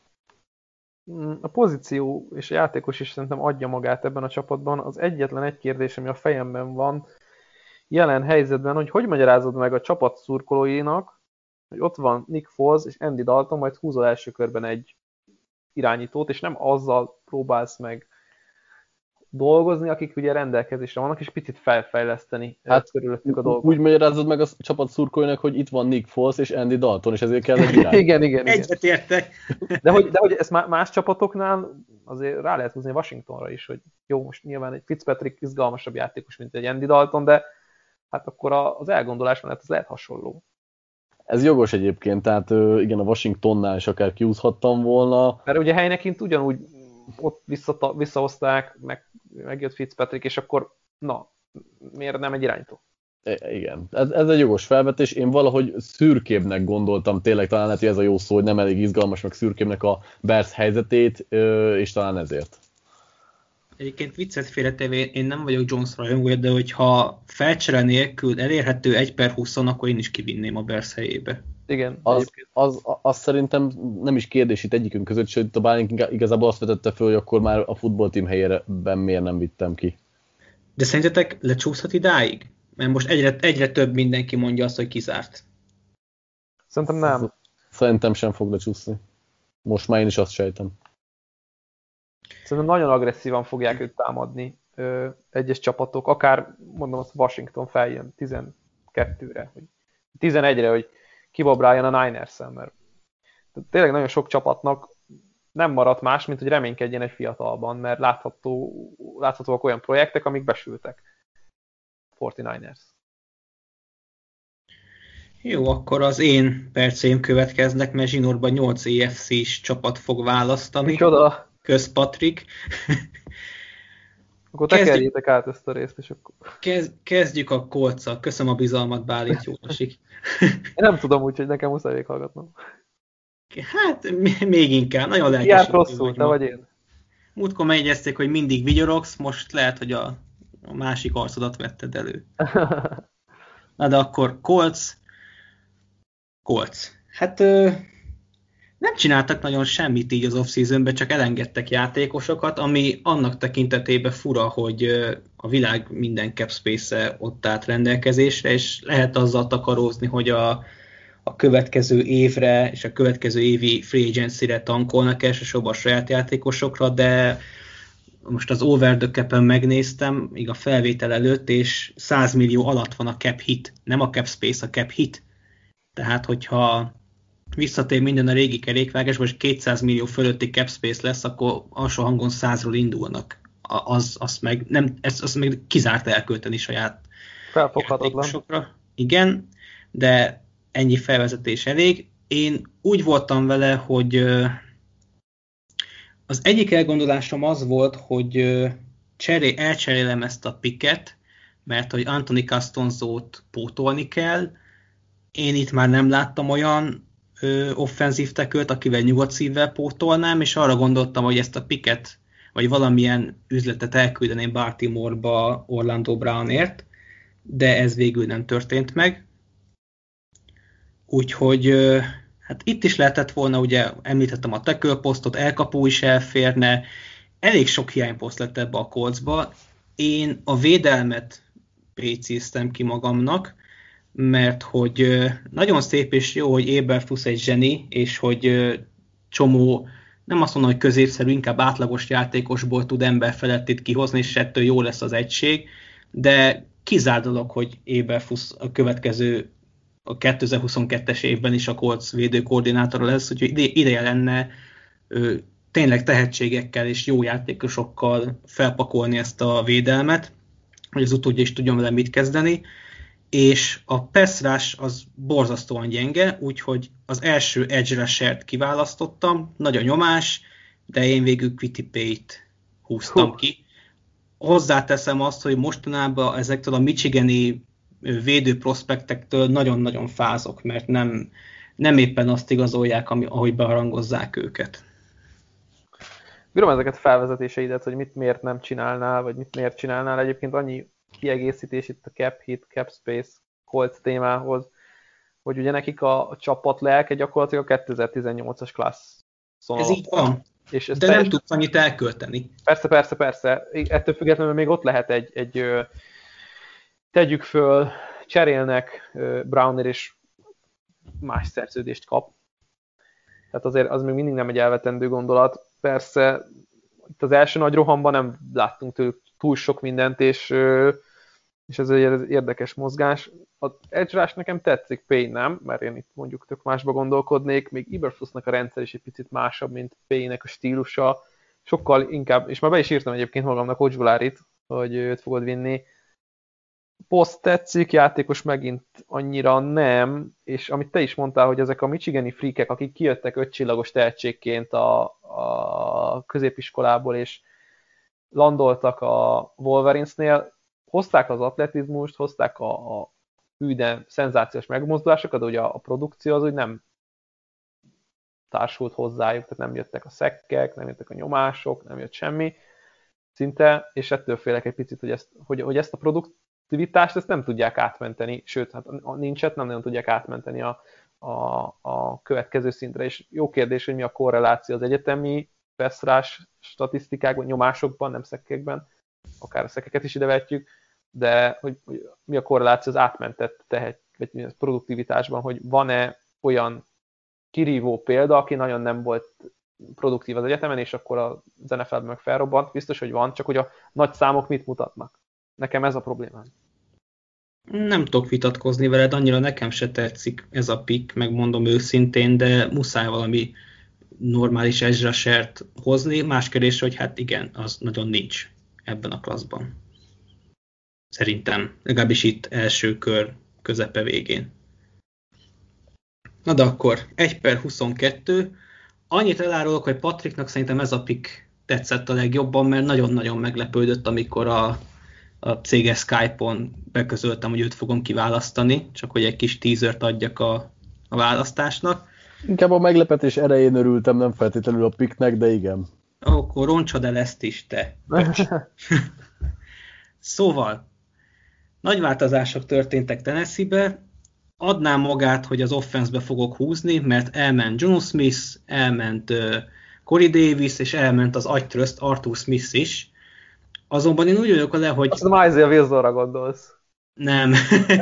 A pozíció és a játékos is szerintem adja magát ebben a csapatban. Az egyetlen egy kérdés, ami a fejemben van jelen helyzetben, hogy magyarázod meg a csapat szurkolóinak, hogy ott van Nick Foles és Andy Dalton, majd húzol első körben egy irányítót, és nem azzal próbálsz meg dolgozni, akik ugye rendelkezésre vannak, és picit felfejleszteni körülöttük a dolgokat. Úgy magyarázod meg a csapat szurkolóinak, hogy itt van Nick Foles és Andy Dalton, és ezért kell egy irány. igen. Egyetértek. De hogy ezt más csapatoknál azért rá lehet húzni Washingtonra is, hogy jó, most nyilván egy Fitzpatrick izgalmasabb játékos, mint egy Andy Dalton, de hát akkor az elgondolás mellett ez lehet hasonló. Ez jogos egyébként, tehát igen, a Washingtonnál is akár kiúzhattam volna. Mert ugye helynekint ugyanúgy ott visszahozták, megjött Fitzpatrick, és akkor miért nem egy irányító? Igen, ez egy jogos felvetés. Én valahogy szürkébbnek gondoltam, tényleg talán lehet, hogy ez a jó szó, hogy nem elég izgalmas, meg szürkébbnek a Bears helyzetét, és talán ezért. Egyébként viccet félretéve, én nem vagyok Jones rajongója, de hogyha felcsere nélkül elérhető 1/20, akkor én is kivinném a Bears helyébe. Igen, Az szerintem nem is kérdés itt egyikünk között, sőt a Bálint igazából azt vetette föl, hogy akkor már a futballteam helyében miért nem vittem ki. De szerintetek lecsúszhat idáig? Mert most egyre több mindenki mondja azt, hogy kizárt. Szerintem nem. Szerintem sem fog lecsúszni. Most már én is azt sejtem. Szerintem nagyon agresszívan fogják őt támadni egyes csapatok, akár mondom azt Washington feljön 12-re, vagy 11-re, hogy kibabráljon a Niners-en, mert tényleg nagyon sok csapatnak nem maradt más, mint hogy reménykedjen egy fiatalban, mert láthatóak olyan projektek, amik besültek. 49ers. Jó, akkor az én perceim következnek, mert zsinórban 8 EFC-s csapat fog választani. Micsoda? Kösz Patrik. Akkor tekerjétek át ezt a részt, és akkor... Kezdjük a Coltszal. Köszönöm a bizalmat, Bálint, jól esik. Én nem tudom úgy, hogy nekem muszáj végighallgatnom. Hát, még inkább. Nagyon lelkes. Járt rosszul, te vagy én. Múltkor megjegyezték, hogy mindig vigyorogsz, most lehet, hogy a másik arcodat vetted elő. Na de akkor Colts. Hát nem csináltak nagyon semmit így az off-seasonben, csak elengedtek játékosokat, ami annak tekintetében fura, hogy a világ minden cap space-e ott állt rendelkezésre, és lehet azzal takarózni, hogy a következő évre és a következő évi free agency-re tankolnak elsősorban a saját játékosokra, de most az over the cap-en megnéztem, még a felvétel előtt, és 100 millió alatt van a cap hit, nem a cap space, a cap hit. Tehát, hogyha visszatér minden a régi kerékvágásba, és 200 millió fölötti cap space lesz, akkor alsó hangon 100-ról indulnak. Azt meg kizárt elkölteni saját játékosokra. Igen, de ennyi felvezetés elég. Én úgy voltam vele, hogy az egyik elgondolásom az volt, hogy elcserélem ezt a picket, mert hogy Anthony Castonzót pótolni kell. Én itt már nem láttam olyan offenzív tackle-t, akivel nyugodt szívvel pótolnám, és arra gondoltam, hogy ezt a picket, vagy valamilyen üzletet elküldeném Baltimore-ba Orlando Brownért, de ez végül nem történt meg. Úgyhogy hát itt is lehetett volna, ugye említettem a tackle posztot, elkapó is elférne, elég sok hiányposzt lett ebbe a Coltsba. Én a védelmet pécéztem ki magamnak, mert hogy nagyon szép és jó, hogy Eberflus egy zseni, és hogy csomó, nem azt mondom, hogy középszerű, inkább átlagos játékosból tud ember felett itt kihozni, és ettől jó lesz az egység, de kizárt dolog, hogy Eberflus a következő a 2022-es évben is a Colts védőkoordinátora lesz, úgyhogy ideje lenne tényleg tehetségekkel és jó játékosokkal felpakolni ezt a védelmet, hogy az utódja is tudjon vele mit kezdeni, és a pass rush az borzasztóan gyenge, úgyhogy az első edge rushert kiválasztottam, nagy a nyomás, de én végül Kwity Paye-t húztam ki. Hozzáteszem azt, hogy mostanában ezektől a michigani védőprospektektől nagyon-nagyon fázok, mert nem éppen azt igazolják, ahogy beharangozzák őket. Bírom ezeket felvezetéseidet, hogy mit miért nem csinálnál, vagy mit miért csinálnál. Egyébként annyi kiegészítés itt a cap hit, cap space, Colts témához, hogy ugye nekik a csapat lelke gyakorlatilag a 2018-as klassz. Ez így van, és de nem tudsz annyit elkölteni. Persze. Ettől függetlenül még ott lehet egy tegyük föl, cserélnek Browner és más szerződést kap. Tehát azért az még mindig nem egy elvetendő gondolat. Persze itt az első nagy rohamban nem láttunk tőlük túl sok mindent, és ez egy érdekes mozgás. Az edge rush nekem tetszik, Paye nem, mert én itt mondjuk tök másba gondolkodnék, még Eberflusnak a rendszer is egy picit másabb, mint Paye-nek a stílusa. Sokkal inkább, és már be is írtam egyébként magamnak Coach hogy őt fogod vinni. Poszt tetszik, játékos megint annyira nem, és amit te is mondtál, hogy ezek a michigani freakek, akik kijöttek 5 csillagos tehetségként a középiskolából, és landoltak a Wolverinesnél, hozták az atletizmust, hozták a hűden szenzációs megmozdulásokat, de ugye a produkció az úgy nem társult hozzájuk, tehát nem jöttek a szekkek, nem jöttek a nyomások, nem jött semmi. szinte, és ettől félek egy picit, hogy ezt a produktivitást ezt nem tudják átmenteni, sőt, hát a nincset nem nagyon tudják átmenteni a következő szintre, és jó kérdés, hogy mi a korreláció az egyetemi pass statisztikákban, nyomásokban, nem szekkekben, akár a szekkeket is idevetjük, de hogy mi a korreláció az átmentett vagy produktivitásban, hogy van-e olyan kirívó példa, aki nagyon nem volt produktív az egyetemen, és akkor az NFL-ben meg felrobbant. Biztos, hogy van, csak hogy a nagy számok mit mutatnak. Nekem ez a problémám. Nem tudok vitatkozni veled, annyira nekem se tetszik ez a pick, megmondom őszintén, de muszáj valami normális edge rushert hozni. Más kérdés, hogy hát igen, az nagyon nincs ebben a klasszban. Szerintem, legalábbis itt első kör közepe végén. Na de akkor 1/22. Annyit elárulok, hogy Patricknak szerintem ez a pick tetszett a legjobban, mert nagyon-nagyon meglepődött, amikor a céges Skype-on beközöltem, hogy őt fogom kiválasztani, csak hogy egy kis teasert adjak a választásnak. Inkább a meglepetés erején örültem, nem feltétlenül a picknek, de igen. Akkor roncsad el ezt is, te. Szóval, nagy változások történtek Tennessee-be, adnám magát, hogy az offense-be fogok húzni, mert elment John Smith, elment Corey Davis, és elment az agytröszt Arthur Smith is. Azonban én úgy vagyok vele, hogy... Azt nem Isaiah Wilsonra gondolsz. Nem.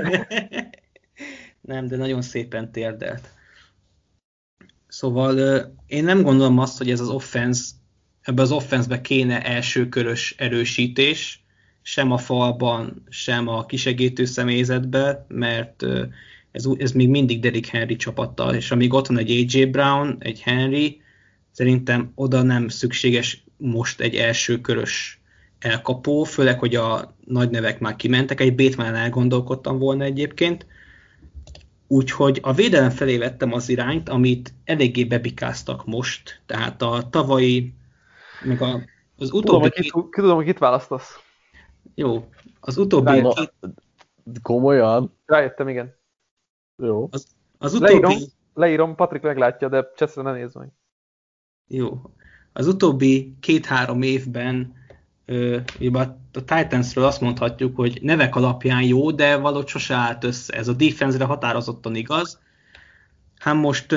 Nem, de nagyon szépen térdelt. Szóval én nem gondolom azt, hogy ez az offense, ebbe az offense-be kéne elsőkörös erősítés, sem a falban, sem a kisegítő személyzetbe, mert ez még mindig Derrick Henry csapata, és amíg ott van egy A.J. Brown, egy Henry, szerintem oda nem szükséges most egy elsőkörös elkapó, főleg, hogy a nagy nevek már kimentek, egy Bateman elgondolkodtam volna egyébként, úgyhogy a védelem felé vettem az irányt, amit eléggé bebikáztak most, tehát a tavalyi, meg az utóbbi... Tudom, hogy kit választasz. Jó, az utóbbi... Komolyan? Rájöttem, igen. Jó. Az utóbbi... Leírom, Patrik meglátja, de Cseszre ne nézd meg. Jó. Az utóbbi 2-3 évben a Titansről azt mondhatjuk, hogy nevek alapján jó, de valahogy sose állt össze. Ez a defense-re határozottan igaz. Hát most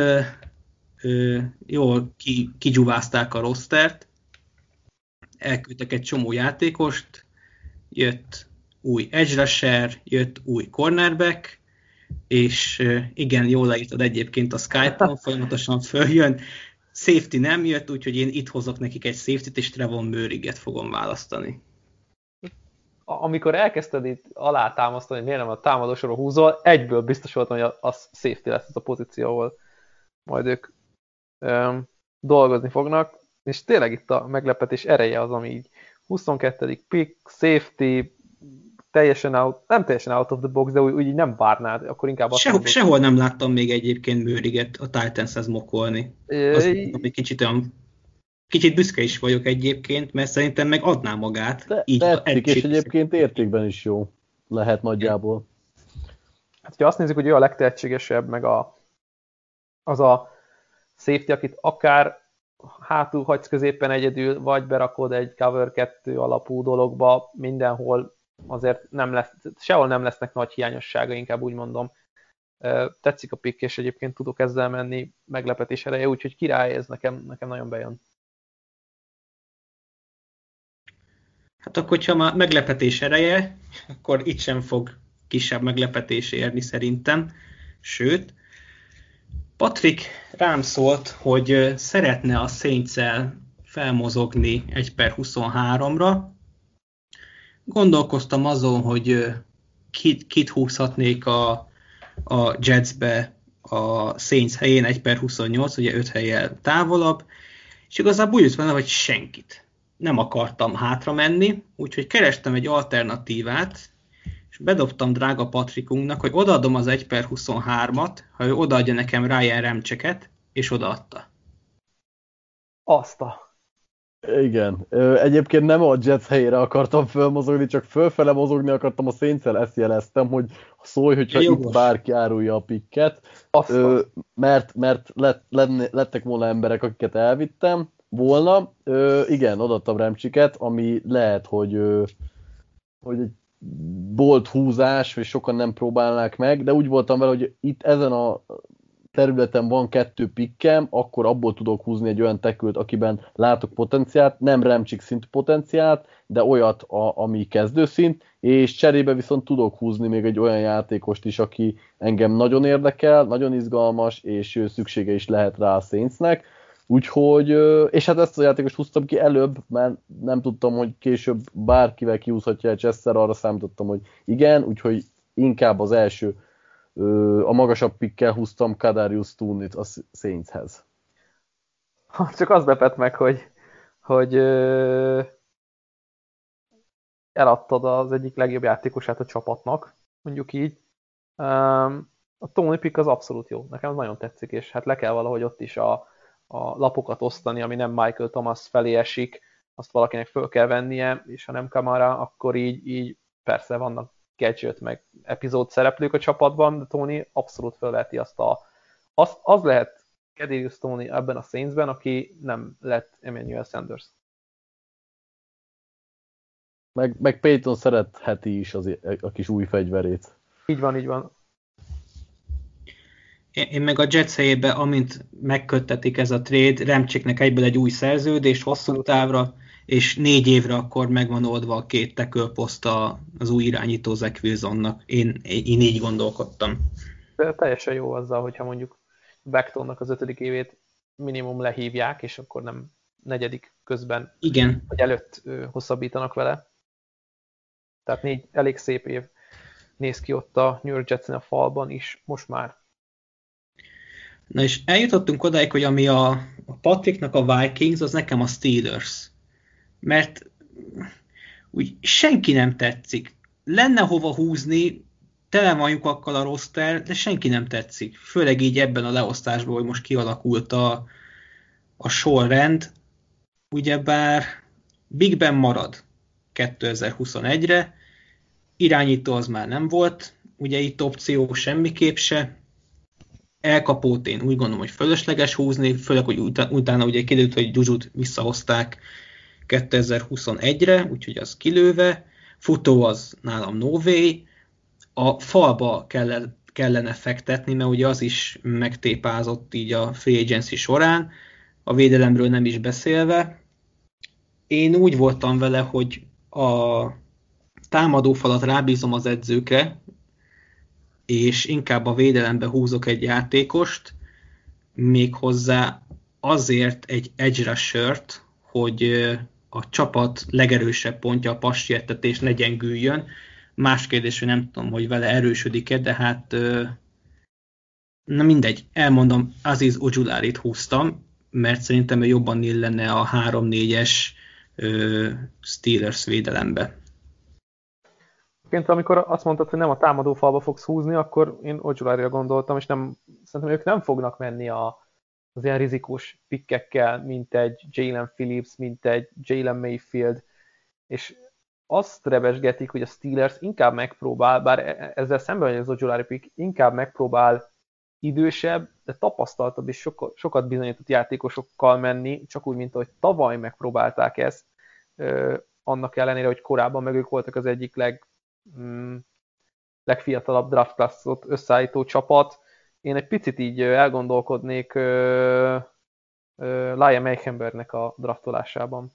jól kigyúvázták a rostert, elküldtek egy csomó játékost, jött új edge rusher, jött új cornerback, és igen, jól leírtad egyébként a Skype-on, folyamatosan följön. Safety nem jött, úgyhogy én itt hozok nekik egy safety-t, és Trevon Moehriget fogom választani. Amikor elkezdted itt alátámasztani, hogy miért nem a támadósorról húzol, egyből biztos voltam, hogy az safety lesz az a pozíció, ahol majd ők dolgozni fognak, és tényleg itt a meglepetés ereje az, ami így 22. pick, safety, nem teljesen out of the box, de úgy így nem várnád, akkor inkább azt mondod. Sehol nem láttam még egyébként Moehriget a Titanshez mokolni. Kicsit büszke is vagyok egyébként, mert szerintem meg adná magát. De tetszik, és egyébként értékben is jó lehet nagyjából. Hát, ha azt nézzük, hogy ő a legtehetségesebb, meg az a safety, akit akár hátul hagysz középen egyedül, vagy berakod egy cover 2 alapú dologba, mindenhol azért sehol nem lesznek nagy hiányossága, inkább úgy mondom. Tetszik a pick, és egyébként tudok ezzel menni meglepetés ereje, úgyhogy király, ez nekem nagyon bejön. Hát akkor, hogyha már meglepetés ereje, akkor itt sem fog kisebb meglepetés érni szerintem. Sőt, Patrik rám szólt, hogy szeretne a Saints-el felmozogni 1/23-ra. Gondolkoztam azon, hogy kit húzhatnék a Jetsbe a Saints helyén 1/28, ugye 5 hellyel távolabb, és igazából úgy jött vele, hogy senkit. Nem akartam hátra menni, úgyhogy kerestem egy alternatívát, és bedobtam drága Patrikunknak, hogy odaadom az 1/23-at, ha ő odaadja nekem Ryan Ramczyket, és odaadta. Igen. Egyébként nem a Jets helyére akartam fölmozogni, csak fölfele mozogni akartam a Saints-el, ezt jeleztem, hogy szólj, hogyha itt bárki árulja a picket, mert lettek volna emberek, akiket elvittem, volna. Igen, odaadtam Remcsiket, ami lehet, hogy egy bolt húzás, és sokan nem próbálnák meg, de úgy voltam vele, hogy itt ezen a területen van 2 pikkem, akkor abból tudok húzni egy olyan tekült, akiben látok potenciált, nem Remcsik szintű potenciált, de olyat, ami kezdőszint, és cserébe viszont tudok húzni még egy olyan játékost is, aki engem nagyon érdekel, nagyon izgalmas, és szüksége is lehet rá a Saintsnek. Úgyhogy, és hát ezt a játékost húztam ki előbb, mert nem tudtam, hogy később bárkivel kihúzhatja egy Chester, arra számítottam, hogy igen, úgyhogy inkább az első, a magasabb pikkel húztam Kadarius Toneyt a Saintshez. Csak az lepett meg, hogy eladtad az egyik legjobb játékosát a csapatnak, mondjuk így. A Toney pick az abszolút jó, nekem az nagyon tetszik, és hát le kell valahogy ott is a lapokat osztani, ami nem Michael Thomas felé esik, azt valakinek föl kell vennie, és ha nem Kamara, akkor így persze vannak gadget meg epizód szereplők a csapatban, de Toney abszolút fölveheti az lehet Kadarius Toney ebben a Saintsben, aki nem lett Emmanuel Sanders. Meg Peyton szeretheti is a kis új fegyverét. Így van. Én meg a Jets helyébe, amint megköttetik ez a trade, Remcsiknek egyből egy új szerződés hosszú távra, és 4 évre akkor megvan oldva a 2 tackle poszt az új irányító Zach Wilsonnak. Én így gondolkodtam. De teljesen jó azzal, hogyha mondjuk Becktonnak az 5. évét minimum lehívják, és akkor nem 4. közben, igen, vagy előtt hosszabbítanak vele. Tehát 4 elég szép év néz ki ott a New York Jetsen a falban is, most már. Na és eljutottunk odáig, hogy ami a Patricknak a Vikings, az nekem a Steelers. Mert úgy senki nem tetszik. Lenne hova húzni, tele van lyukakkal a roster, de senki nem tetszik. Főleg így ebben a leosztásban, hogy most kialakult a sorrend. Ugyebár Big Ben marad 2021-re, irányító az már nem volt, ugye itt opció semmiképp se. Elkapót én úgy gondolom, hogy fölösleges húzni, főleg, hogy utána ugye kiderült, hogy Jujut visszahozták 2021-re, úgyhogy az kilőve. Futó az nálam no way. A falba kellene fektetni, mert ugye az is megtépázott így a free agency során, a védelemről nem is beszélve. Én úgy voltam vele, hogy a támadófalat rábízom az edzőkre, és inkább a védelembe húzok egy játékost, méghozzá azért egy edge rushert, hogy a csapat legerősebb pontja a passértetés ne gyengüljön. Más kérdés, hogy nem tudom, hogy vele erősödik-e, de hát na mindegy, elmondom, Azeez Ojularit húztam, mert szerintem ő jobban illene a 3-4-es Steelers védelembe. Amikor azt mondtad, hogy nem a támadó falba fogsz húzni, akkor én Ojularira gondoltam, és szerintem ők nem fognak menni az ilyen rizikós pikkekkel, mint egy Jalen Phillips, mint egy Jalen Mayfield, és azt rebesgetik, hogy a Steelers inkább megpróbál, bár ezzel szemben, hogy az Ojulari pick inkább megpróbál idősebb, de tapasztaltabb és sokat bizonyított játékosokkal menni, csak úgy, mint ahogy tavaly megpróbálták ezt, annak ellenére, hogy korábban meg ők voltak az egyik legfiatalabb draft classot összeállító csapat. Én egy picit így elgondolkodnék Liam Eichenbergnek a draftolásában.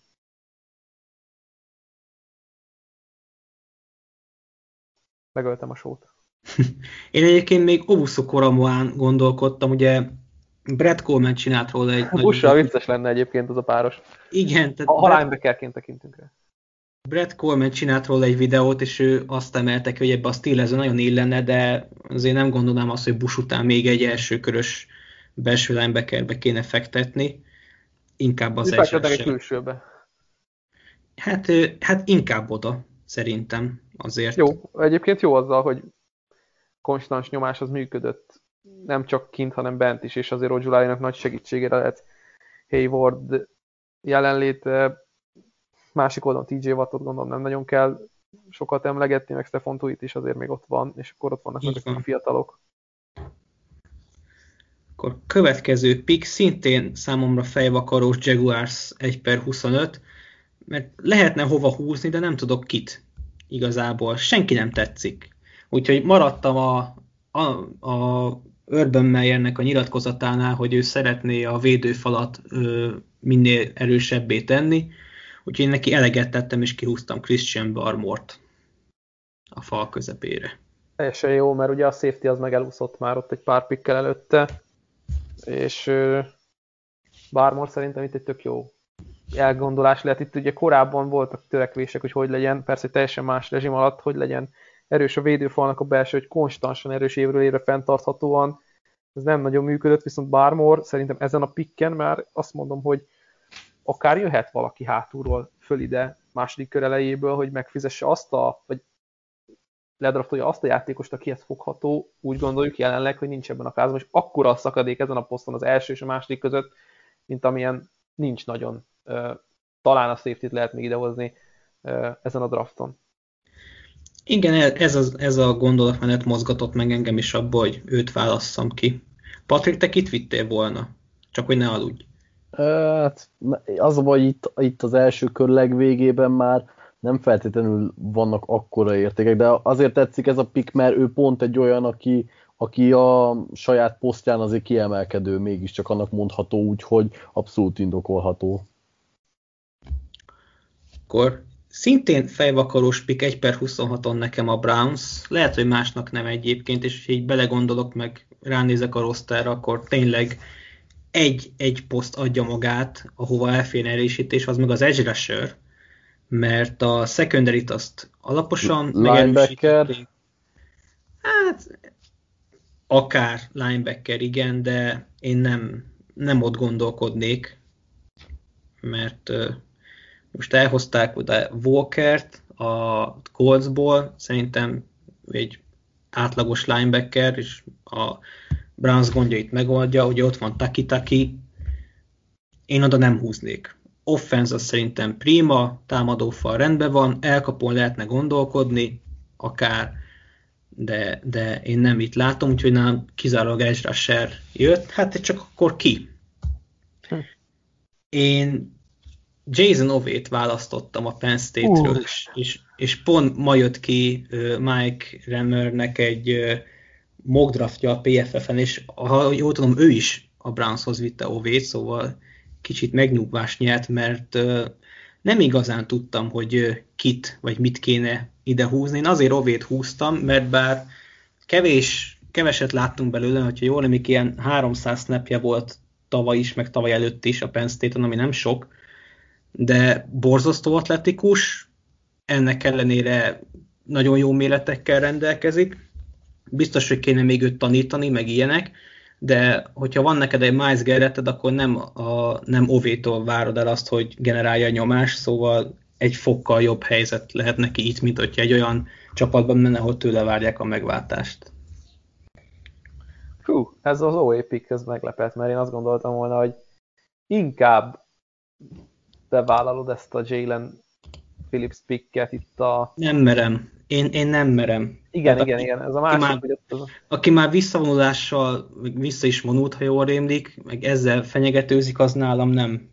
Megöltem a sót. Én egyébként még Owusu Koramoán gondolkodtam, ugye Brett Coleman csinált róla egy... Bussal vicces lenne egyébként az a páros. Igen. Ha linebackerként tekintünk rá. Brett Coleman csinált róla egy videót, és ő azt emelte ki, hogy ebbe a Steelers nagyon illene, de azért nem gondolnám azt, hogy Bush után még egy elsőkörös belső linebackerbe kéne fektetni. Inkább az egy külsőbe. Hát inkább oda, szerintem azért. Jó, egyébként jó azzal, hogy konstans nyomás az működött. Nem csak kint, hanem bent is, és azért Ojularinak nagy segítségére lehet Hayward jelenléte. Másik oldalon TJ Wattot gondolom nem nagyon kell sokat emlegetni, meg Stephon Tuitt is azért még ott van, és akkor ott vannak ezek a fiatalok. Akkor következő pick szintén számomra fejvakarós Jaguars 1/25, mert lehetne hova húzni, de nem tudok kit igazából. Senki nem tetszik. Úgyhogy maradtam a Urban Meyernek a nyilatkozatánál, hogy ő szeretné a védőfalat minél erősebbé tenni, úgyhogy én neki eleget tettem, és kihúztam Christian Barmore-t a fal közepére. Teljesen jó, mert ugye a safety az meg elúszott már ott egy pár pickkel előtte, és Barmore szerintem itt egy tök jó elgondolás lehet. Itt ugye korábban voltak törekvések, hogy legyen, persze teljesen más rezsim alatt, hogy legyen erős a védőfalnak a belső, hogy konstansan erős évről évre fenntarthatóan. Ez nem nagyon működött, viszont Barmore szerintem ezen a picken már azt mondom, hogy akár jöhet valaki hátulról föl ide második kör elejéből, hogy megfizesse vagy ledraftolja azt a játékost, akihez fogható, úgy gondoljuk jelenleg, hogy nincs ebben a klázban, és akkora a szakadék ezen a poszton az első és a második között, mint amilyen nincs nagyon. Talán a safety-t lehet még idehozni ezen a drafton. Igen, ez a gondolatmenet mozgatott meg engem is abból, hogy őt válasszam ki. Patrik, te kit vittél volna? Csak hogy ne aludj. Hát, az a baj, itt az első kör legvégében már nem feltétlenül vannak akkora értékek, de azért tetszik ez a pick, mert ő pont egy olyan, aki a saját posztján azért kiemelkedő, mégiscsak annak mondható úgy, hogy abszolút indokolható. Akkor szintén fejvakarós pick 1/26-on nekem a Browns, lehet, hogy másnak nem egyébként, és ha így belegondolok, meg ránézek a rosterra, akkor tényleg egy poszt adja magát, ahova elférne erősítés, az meg az edge rusher, mert a secondary-t azt alaposan Linebacker. Hát, akár linebacker, igen, de én nem ott gondolkodnék, mert most elhozták oda Walkert a Coltsból, szerintem egy átlagos linebacker, és a Browns gondjait megoldja, ugye ott van Taki, én oda nem húznék. Offense az szerintem prima, támadófal rendben van, elkapón lehetne gondolkodni, akár, de én nem itt látom, úgyhogy nálam kizárólag edge rusher jött, hát csak akkor ki? Én Jason Ovét választottam a Penn State-ről, és pont ma jött ki Mike Remmernek egy mock draftja a PFF-en, és ha jól tudom, ő is a Brownshoz vitte Ovét, szóval kicsit megnyugvást nyert, mert nem igazán tudtam, hogy kit vagy mit kéne ide húzni. Én azért Ovét húztam, mert bár keveset láttunk belőle, hogyha jól emlékszem, ilyen 300 snapje volt tavaly is, meg tavaly előtt is a Penn State-on, ami nem sok, de borzasztó atletikus, ennek ellenére nagyon jó méretekkel rendelkezik. Biztos, hogy kéne még őt tanítani, meg ilyenek, de hogyha van neked egy Miles Garretted, akkor nem Ovétól várod el azt, hogy generálja a nyomást, szóval egy fokkal jobb helyzet lehet neki itt, mint hogyha egy olyan csapatban lenne, ahol tőle várják a megváltást. Hú, ez az OA pick, ez meglepett, mert én azt gondoltam volna, hogy inkább bevállalod ezt a Jalen Phillips picket itt a... Nem merem. Én nem merem. Igen, ez a másik, aki már visszavonulással vissza is vonult, ha jól rémlik, meg ezzel fenyegetőzik, az nálam nem.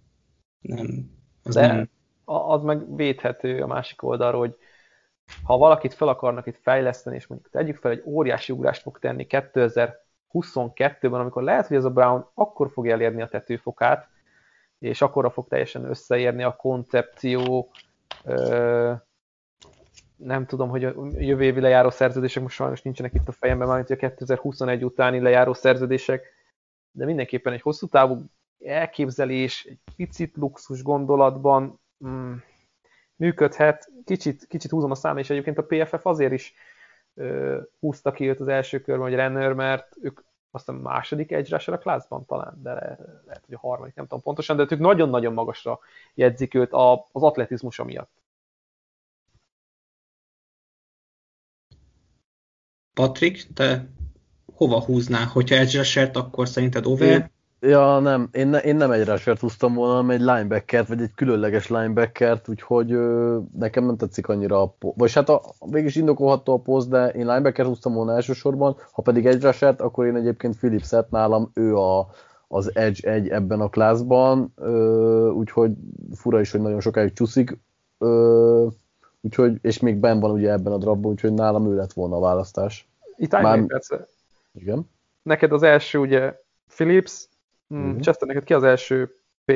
Az meg védhető a másik oldalról, hogy ha valakit fel akarnak itt fejleszteni, és mondjuk tegyük fel, egy óriási ugrást fog tenni 2022-ben, amikor lehet, hogy ez a Brown akkor fog elérni a tetőfokát, és akkorra fog teljesen összeérni a koncepció, nem tudom, hogy a jövő évi lejáró szerződések most sajnos nincsenek itt a fejemben, mármint a 2021 utáni lejáró szerződések, de mindenképpen egy hosszú távú elképzelés, egy picit luxus gondolatban működhet. Kicsit húzom a szám, és egyébként a PFF azért is húzta ki őt az első körben, hogy Renner, mert ők azt a második edge rusher a classban talán, de lehet, hogy a harmadik, nem tudom pontosan, de ők nagyon-nagyon magasra jegyzik őt az atletizmusa miatt. Patrik, te hova húznál? Hogyha edge rushert, akkor szerinted over? Ja, nem, én nem egy rushert húztam volna, hanem egy linebackert, vagy egy különleges linebackert, úgyhogy nekem nem tetszik annyira vagyis hát végig indokolható a poszt, de én linebackert húztam volna elsősorban, ha pedig egy rushert, akkor én egyébként Phillipset, nálam ő az edge egy ebben a klászban, úgyhogy fura is, hogy nagyon sokáig csúszik, úgyhogy, és még benn van ugye ebben a draftban, úgyhogy nálam ő lett volna a választás. Itt állj még persze. Igen. Neked az első ugye Phillips, Chester, neked ki az első P?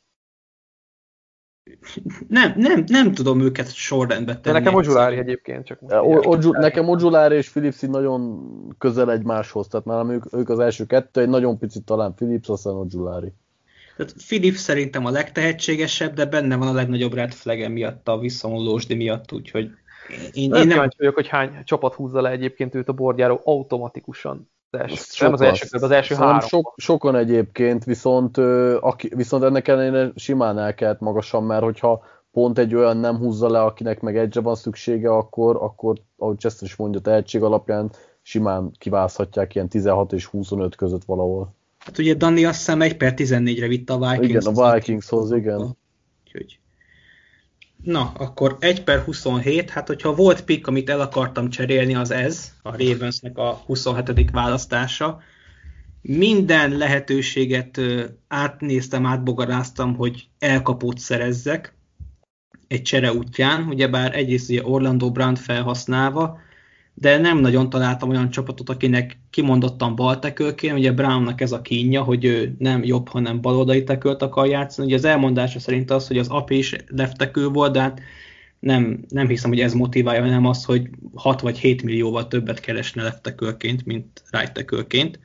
Nem tudom őket sorrendbe tenni. De nekem Ojulari egyébként csak most. Nekem Ojulari és Phillips így nagyon közel egymáshoz, tehát nálam ők az első kettő, egy nagyon picit talán Phillips, aztán Ojulari. Tehát Phillips szerintem a legtehetségesebb, de benne van a legnagyobb red flag miatt, a visszavonulósdi miatt, úgyhogy én nem kíváncsi vagyok, hogy hány csapat húzza le egyébként őt a boardjáról automatikusan. Nem az első körben, az első három. Sokan egyébként, viszont ennek ellenére simán el kellett magasan, mert hogyha pont egy olyan nem húzza le, akinek meg egyre van szüksége, akkor ahogy Chester is mondja, tehetség alapján simán kiválaszthatják ilyen 16 és 25 között valahol. Hát ugye Dani azt hiszem 1/14-re vitte a Vikings. Igen, a Vikingshoz, igen. Úgyhogy. Na, akkor 1/27, hát hogyha volt pick, amit el akartam cserélni, az ez, a Ravensnek a 27. választása. Minden lehetőséget átnéztem, átbogaráztam, hogy elkapót szerezzek egy csere útján, ugyebár egyrészt ugye Orlando Brown felhasználva, de nem nagyon találtam olyan csapatot, akinek kimondottan bal tekölként, ugye Brownnak ez a kínja, hogy ő nem jobb, hanem baloldali tekölt akar játszani. Ugye az elmondása szerint az, hogy az AP is left tekül volt, de hát nem hiszem, hogy ez motiválja, hanem az, hogy 6 vagy 7 millióval többet keresne left tekölként, mint right tekölként.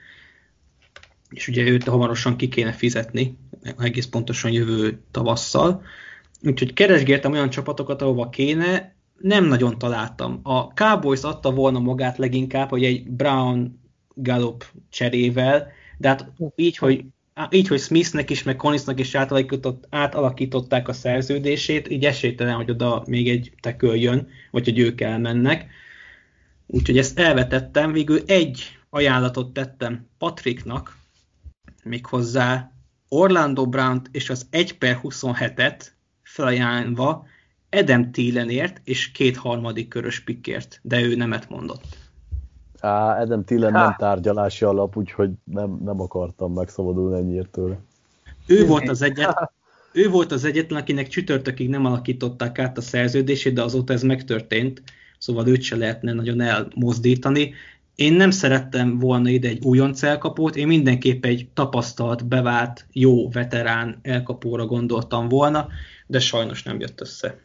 És ugye őt hamarosan ki kéne fizetni, egész pontosan jövő tavasszal. Úgyhogy keresgéltem olyan csapatokat, ahova kéne, nem nagyon találtam. A Cowboys adta volna magát leginkább, hogy egy Brown Gallup cserével, de hát így, hogy Smithnek is, meg Collinsnak is átalakították a szerződését, így esélytelen, hogy oda még egy tackle jön, vagy hogy ők elmennek. Úgyhogy ezt elvetettem, végül egy ajánlatot tettem Patricknak, méghozzá Orlando Brown-t és az 1/27-et felajánlva Adam Thielenért és 2 harmadik körös pickért, de ő nemet mondott. Adam Thielen nem tárgyalási alap, úgyhogy nem akartam megszabadulni ennyiért tőle. Ő volt az egyetlen, akinek csütörtökig nem alakították át a szerződését, de azóta ez megtörtént, szóval őt se lehetne nagyon elmozdítani. Én nem szerettem volna ide egy újonc elkapót, én mindenképp egy tapasztalt, bevált, jó veterán elkapóra gondoltam volna, de sajnos nem jött össze.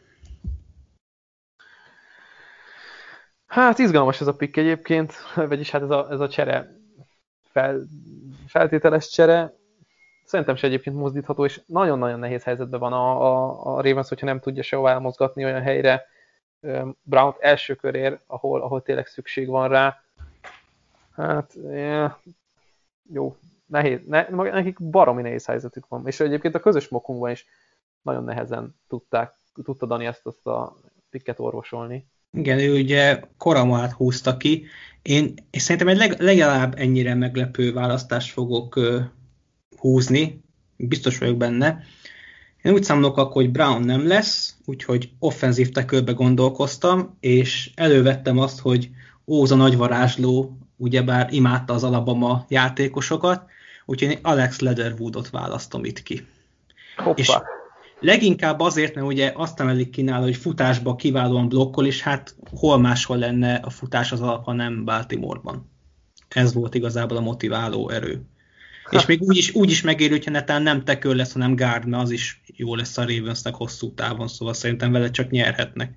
Hát izgalmas ez a pick egyébként, vagyis hát ez a csere, feltételes csere. Szerintem se egyébként mozdítható, és nagyon-nagyon nehéz helyzetben van a Ravens, hogyha nem tudja sehová elmozgatni olyan helyre Brown első körér, ahol tényleg szükség van rá. Hát, jó, nehéz. Nekik baromi nehéz helyzetük van. És egyébként a közös mokunkban is nagyon nehezen tudta Dani ezt a picket orvosolni. Igen, ő ugye Koramát húzta ki. Én szerintem egy legalább ennyire meglepő választást fogok húzni, biztos vagyok benne. Én úgy számolok akkor, hogy Brown nem lesz, úgyhogy offenzív tackle-be gondolkoztam, és elővettem azt, hogy Óza nagyvarázsló ugyebár imádta az Alabama játékosokat, úgyhogy én Alex Leatherwoodot választom itt ki. Hoppá. És leginkább azért, mert ugye azt emelik ki nála, hogy futásba kiválóan blokkol, és hát hol máshol lenne a futás az alap, ha nem Baltimore-ban. Ez volt igazából a motiváló erő. És még úgy is megérő, hogyha netán nem tackle lesz, hanem guard, mert az is jó lesz a Ravensnek hosszú távon, szóval szerintem vele csak nyerhetnek.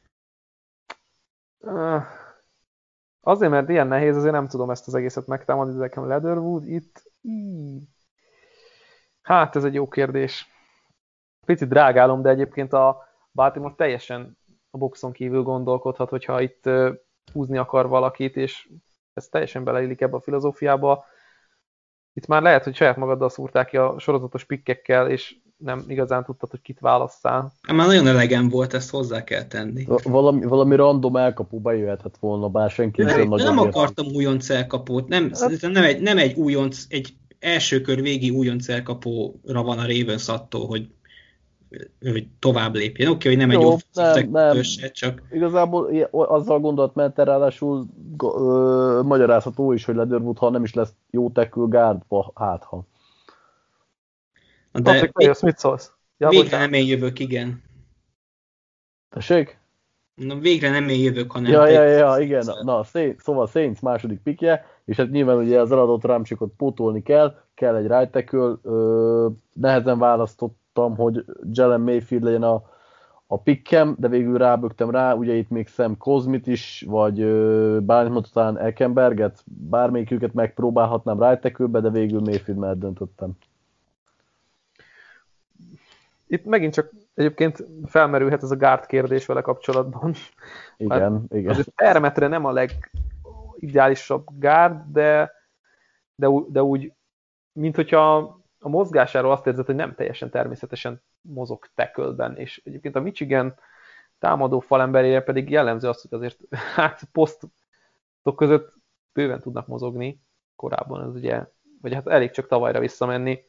Azért, mert ilyen nehéz, azért nem tudom ezt az egészet megtámadni, de nekem Leatherwood itt... Hát ez egy jó kérdés. Picit drágálom, de egyébként a Baltimore teljesen a boxon kívül gondolkodhat, hogyha itt húzni akar valakit, és ez teljesen beleillik ebbe a filozófiába. Itt már lehet, hogy saját magaddal szúrták ki a sorozatos pikkekkel, és nem igazán tudtad, hogy kit válasszál. Már nagyon elegem volt, ezt hozzá kell tenni. Valami random elkapó bejöhetett volna, bár senki sem nagyon nem akartam újonc elkapót, nem egy újonc, első kör végi újonc elkapóra van a Ravens attól, hogy tovább lépjen. Oké, hogy nem egy offensive csak... Igazából azzal gondolt Menter, ráadásul magyarázható is, hogy Leatherwood, ha nem is lesz jó tackle guardba, hátha. De mit szólsz? Ja, végre nem én jövök, igen. Tessék? Na, végre nem én jövök, hanem... Ja, igen. Na, szóval Saints második pikje, és hát nyilván ugye az eladott Ramchikot pótolni kell egy right tackle. Nehezen választottam, hogy Jalen Mayfield legyen a pikkem, de végül rábögtem rá, ugye itt még Sam Cosmit is, vagy bármit talán Eckenberget, bármelyiküket megpróbálhatnám right tackle-be, de végül Mayfield mellett döntöttem. Itt megint csak egyébként felmerülhet ez a guard kérdés vele kapcsolatban. Igen. Az perimetre nem a legideálisabb guard, de úgy, mint hogyha a mozgásáról azt érzed, hogy nem teljesen természetesen mozog tackle-ben, és egyébként a Michigan támadó falemberére pedig jellemző az, hogy azért posztok között bőven tudnak mozogni, korábban az ugye, vagy hát elég csak tavalyra visszamenni.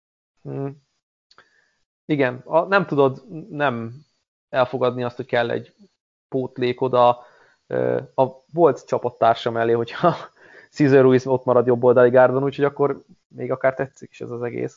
Igen, nem tudod nem elfogadni azt, hogy kell egy pótlék oda a volt csapattársam mellé, hogyha Cesar Ruiz ott marad jobb oldali gárdon, úgyhogy akkor még akár tetszik is ez az egész.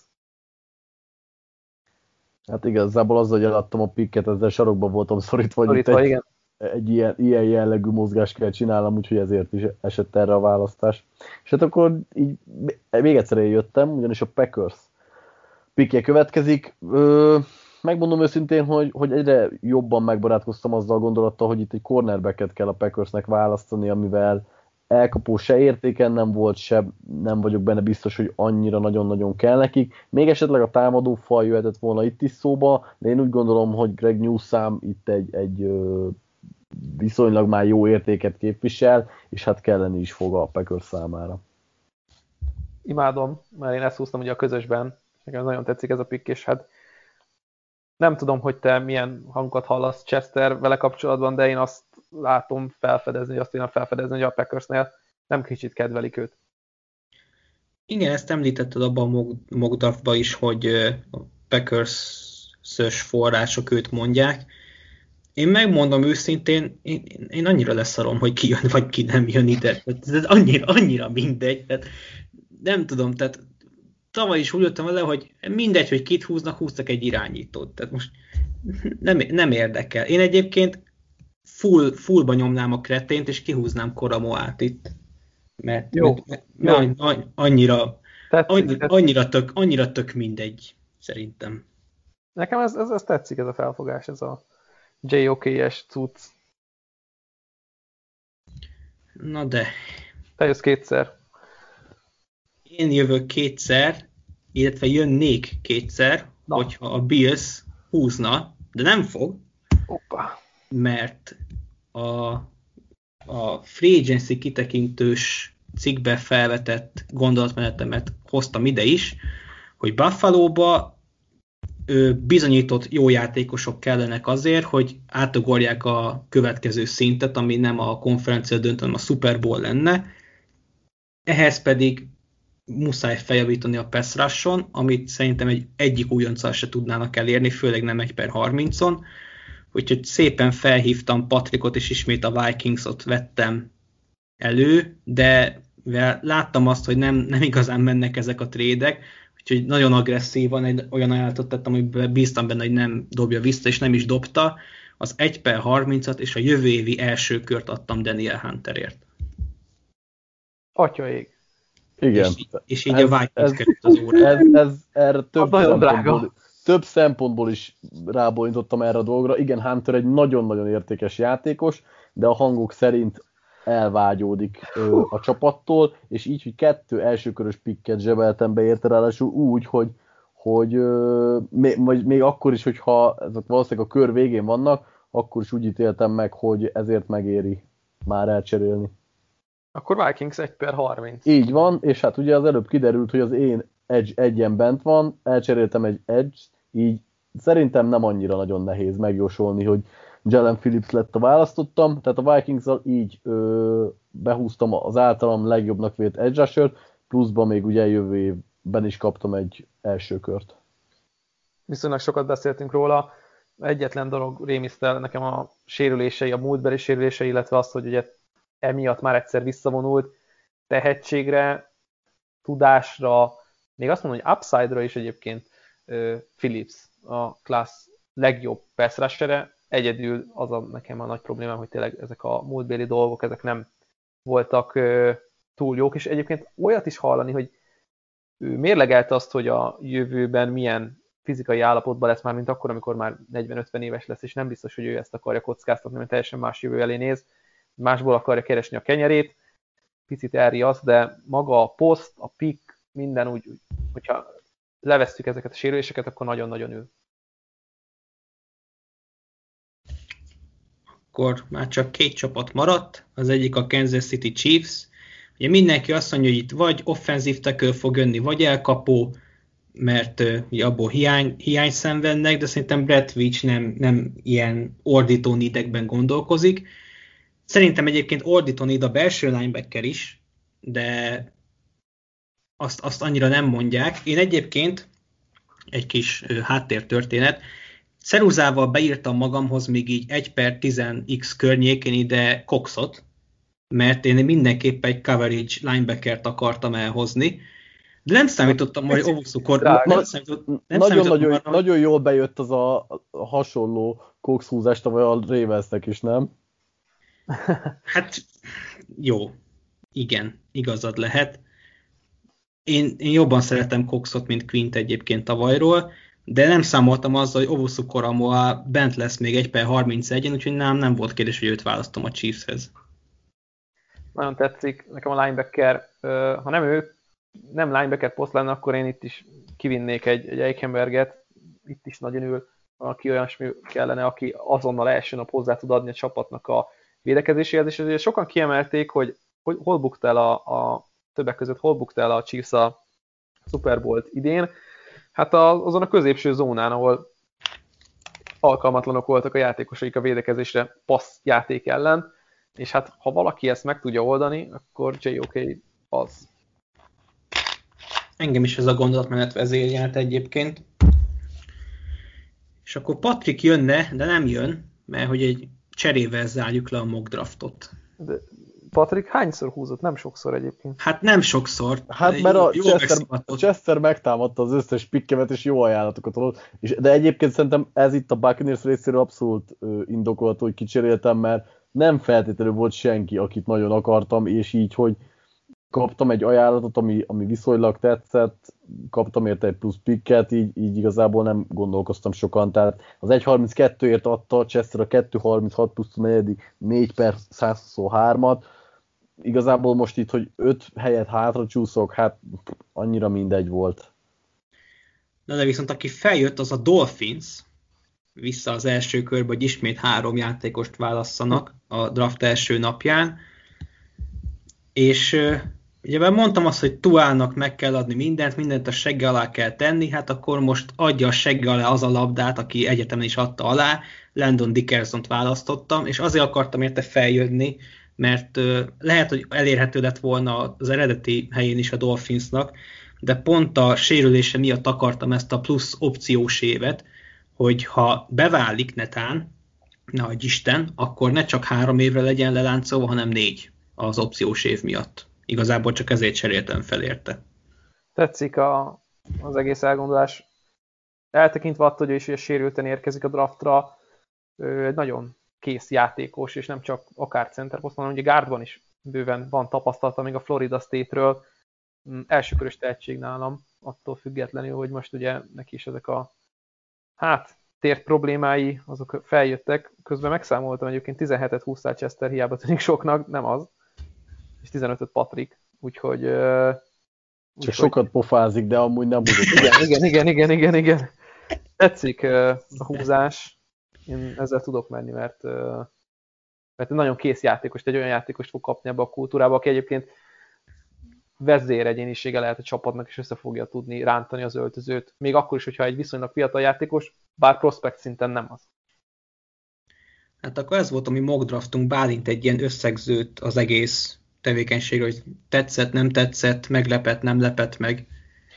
Hát igazából azzal, hogy eladtam a pikket, ezzel sarokba voltam szorítva, hogy egy ilyen jellegű mozgást kell csinálnom, úgyhogy ezért is esett erre a választás. És hát akkor így még egyszer eljöttem, ugyanis a Packers pikje következik. Megmondom őszintén, hogy egyre jobban megbarátkoztam azzal a gondolattal, hogy itt egy cornerbacket kell a Packersnek választani, amivel elkapó se értéken nem volt, se nem vagyok benne biztos, hogy annyira nagyon-nagyon kell nekik. Még esetleg a támadó fal jöhetett volna itt is szóba, de én úgy gondolom, hogy Greg Newsome itt egy viszonylag már jó értéket képvisel, és hát kelleni is fog a Packers számára. Imádom, mert én ezt húztam ugye a közösben, nekem nagyon tetszik ez a pick, és hát nem tudom, hogy te milyen hangokat hallasz Chester vele kapcsolatban, de én azt látom felfedezni, hogy a Packersnél nem kicsit kedvelik őt. Igen, ezt említetted abban a mock draftban is, hogy a Packers-ös források őt mondják. Én megmondom őszintén, én annyira leszarom, hogy ki jön, vagy ki nem jön ide. Ez annyira mindegy. Tehát nem tudom, tehát tavaly is úgy jöttem vele, hogy mindegy, hogy kit húztak egy irányítót. Tehát most nem érdekel. Én egyébként fullba nyomnám a kretént, és kihúznám Koramoát itt. Mert annyira tök mindegy, szerintem. Nekem ez tetszik, ez a felfogás, ez a JOK-es cucc. Na de... Te jössz kétszer. Én jövök kétszer, illetve jönnék kétszer, hogyha a Bills húzna, de nem fog, mert a Free Agency kitekintős cikkbe felvetett gondolatmenetemet hoztam ide is, hogy Buffalo-ba bizonyított jó játékosok kellenek azért, hogy átugorják a következő szintet, ami nem a konferencia döntő, hanem a Super Bowl lenne. Ehhez pedig muszáj feljavítani a pass rush-on, amit szerintem egyik újonccal se tudnának elérni, főleg nem 1/30-on. Úgyhogy szépen felhívtam Patrickot, és ismét a Vikingsot vettem elő, de láttam azt, hogy nem igazán mennek ezek a trédek, úgyhogy nagyon agresszívan egy olyan ajánlatot tettem, amiben bíztam benne, hogy nem dobja vissza, és nem is dobta. Az 1/30-at és a jövő évi első kört adtam Daniel Hunterért. Atyaég. Igen. És így a Vikings került az óra. Ez erre több szempontból is rábólintottam erre a dolgra. Igen, Hunter egy nagyon-nagyon értékes játékos, de a hangok szerint elvágyódik a csapattól, és így, hogy 2 elsőkörös pikket zsebeltem be érte, ráadásul úgy, hogy még akkor is, hogyha ezek valószínűleg a kör végén vannak, akkor is úgy ítéltem meg, hogy ezért megéri már elcserélni. Akkor Vikings 1/30. Így van, és hát ugye az előbb kiderült, hogy az én egyen bent van, elcseréltem egy edge, így szerintem nem annyira nagyon nehéz megjósolni, hogy Jalen Phillips lett a választottam, tehát a Vikings-zal így behúztam az általam legjobbnak vélt edge rusher, pluszban még ugye jövő év ben is kaptam egy első kört. Viszonylag sokat beszéltünk róla. Egyetlen dolog rémisztel nekem a sérülései, a múltbeli sérülései, illetve az, hogy ugye emiatt már egyszer visszavonult tehetségre, tudásra, még azt mondom, hogy upside-ra is egyébként Phillips a class legjobb pass rushere. Egyedül az nekem a nagy problémám, hogy tényleg ezek a múltbéli dolgok, ezek nem voltak túl jók, és egyébként olyat is hallani, hogy ő mérlegelte azt, hogy a jövőben milyen fizikai állapotban lesz már, mint akkor, amikor már 40-50 éves lesz, és nem biztos, hogy ő ezt akarja kockáztatni, mert teljesen más jövő elé néz, másból akarja keresni a kenyerét, picit elriaszt, de maga a poszt, a pick, minden úgy, hogyha levesszük ezeket a sérüléseket, akkor nagyon-nagyon ül. Akkor már csak 2 csapat maradt, az egyik a Kansas City Chiefs. Ugye mindenki azt mondja, hogy itt vagy offensive tackle fog jönni, vagy elkapó, mert abból hiány szenvednek, de szerintem Brett Veach nem ilyen ordító needekben gondolkozik. Szerintem egyébként ordító need a belső linebacker is, de azt annyira nem mondják. Én egyébként, egy kis háttértörténet, ceruzával beírtam magamhoz még így 1/10x környékén ide Coxot, mert én mindenképp egy coverage linebackert akartam elhozni, de nem számítottam, hogy Owusu-kor... Nagyon jól bejött az a hasonló Cox húzás tavaly a Ravensnek is, nem? Hát jó, igen, igazad lehet. Én jobban szeretem Coxot, mint Quint egyébként tavalyról, de nem számoltam azzal, hogy Owusu-Koramoa bent lesz még 1/31-en, úgyhogy nem volt kérdés, hogy őt választom a Chiefshez. Nagyon tetszik nekem a linebacker. Ha nem ő, nem linebacker poszt lenne, akkor én itt is kivinnék egy Eichenberget. Itt is nagyon ül, aki olyasmi kellene, aki azonnal első nap hozzá tud adni a csapatnak a védekezéséhez. És azért sokan kiemelték, hogy hol bukta el a többek között hol bukta el a Chiefs a Super Bowl-t idén. Hát azon a középső zónán, ahol alkalmatlanok voltak a játékosaik a védekezésre passz játék ellen, és hát ha valaki ezt meg tudja oldani, akkor JOK az. Engem is ez a gondolatmenet vezérelt egyébként. És akkor Patrick jönne, de nem jön, mert hogy egy cserével zárjuk le a mock draftot. De Patrick hányszor húzott? Nem sokszor egyébként. Hát nem sokszor. Hát mert a Chester megtámadta az összes pikkemet, és jó ajánlatokat adott. De egyébként szerintem ez itt a Buccaneers részéről abszolút indokolt, hogy kicseréltem, mert nem feltétlenül volt senki, akit nagyon akartam, és így, hogy kaptam egy ajánlatot, ami viszonylag tetszett, kaptam érte egy plusz picket, így igazából nem gondolkoztam sokan. Tehát az 1.32-ért adta Chester a 2.36 plusz 4/123-at. Igazából most itt, hogy 5 helyet hátra csúszok, hát annyira mindegy volt. Na de viszont aki feljött, az a Dolphins, vissza az első körbe, hogy ismét 3 játékost válasszanak a draft első napján. És ugye mondtam azt, hogy Tuának meg kell adni mindent a segge alá kell tenni, hát akkor most adja a segge alá az a labdát, aki egyetemen is adta alá, Landon Dickersont választottam, és azért akartam érte feljönni, mert lehet, hogy elérhető lett volna az eredeti helyén is a Dolphinsnak, de pont a sérülése miatt akartam ezt a plusz opciós évet, hogy ha beválik netán, nagy Isten, akkor ne csak 3 évre legyen leláncolva, hanem 4 az opciós év miatt. Igazából csak ezért cseréltem fel érte. Tetszik az egész elgondolás. Eltekintve attól, hogy ő is sérülten érkezik a draftra, egy nagyon kész játékos, és nem csak akár centerposzton, hanem ugye guardban is bőven van tapasztalata, még a Florida State-ről. Elsőkörös tehetség nálam, attól függetlenül, hogy most ugye neki is ezek a tért problémái, azok feljöttek. Közben megszámoltam egyébként 17-et húztál Chester, hiába tűnik soknak, nem az. És 15-öt Patrick, úgyhogy... Csak sokat pofázik, de amúgy nem budok. Igen. Tetszik a húzás. Én ezzel tudok menni, mert nagyon kész játékost, egy olyan játékost fog kapni ebbe a kultúrába, aki egyébként vezéregyénisége lehet a csapatnak, és össze fogja tudni rántani az öltözőt. Még akkor is, hogyha egy viszonylag fiatal játékos, bár prospekt szinten nem az. Hát akkor ez volt a mi mock draftunk, Bálint egy ilyen összegzőt az egész tevékenységről, hogy tetszett, nem tetszett, meglepett, nem lepett meg.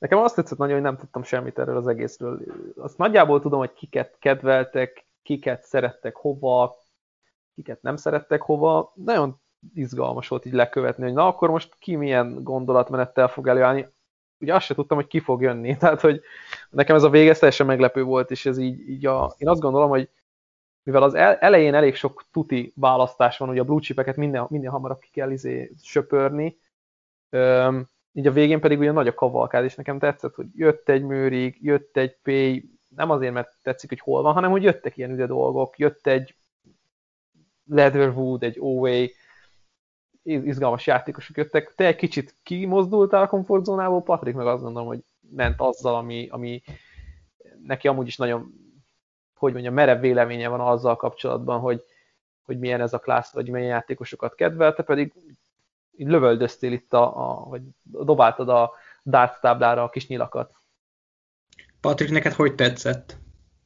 Nekem azt tetszett nagyon, hogy nem tudtam semmit erről az egészről. Azt nagyjából tudom, hogy kiket kedveltek, kiket szerettek hova, kiket nem szerettek hova. Nagyon izgalmas volt így lekövetni, hogy na akkor most ki milyen gondolatmenettel fog előállni. Ugye azt se tudtam, hogy ki fog jönni. Tehát, hogy nekem ez a vége teljesen meglepő volt, és ez így én azt gondolom, hogy mivel az elején elég sok tuti választás van, ugye a blue chipeket minél hamarabb ki kell söpörni, így a végén pedig ugye nagy a kavalkád, és nekem tetszett, hogy jött egy Mőrig, jött egy Pay, nem azért, mert tetszik, hogy hol van, hanem hogy jöttek ilyen üde dolgok, jött egy Leatherwood, egy Oway, izgalmas játékosok jöttek. Te egy kicsit kimozdultál a komfortzónából, Patrik meg azt gondolom, hogy ment azzal, ami neki amúgy is nagyon, hogy mondjam, merev véleménye van azzal kapcsolatban, hogy milyen ez a klassz, vagy milyen játékosokat kedvelte, pedig így lövöldöztél itt, vagy dobáltad a darts táblára a kis nyilakat. Patrik, neked hogy tetszett?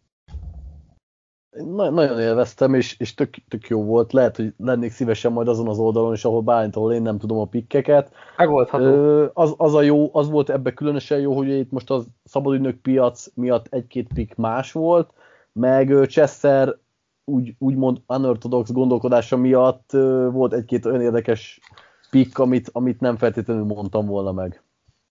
Nagyon élveztem, és tök jó volt. Lehet, hogy lennék szívesen majd azon az oldalon is, ahol bármint, ahol én nem tudom a pikkeket. Megoldható. Az volt ebben különösen jó, hogy itt most a szabadügynök piac miatt egy-két pikk más volt, meg Chester úgymond unorthodox gondolkodása miatt volt egy-két olyan érdekes pikk, amit nem feltétlenül mondtam volna meg.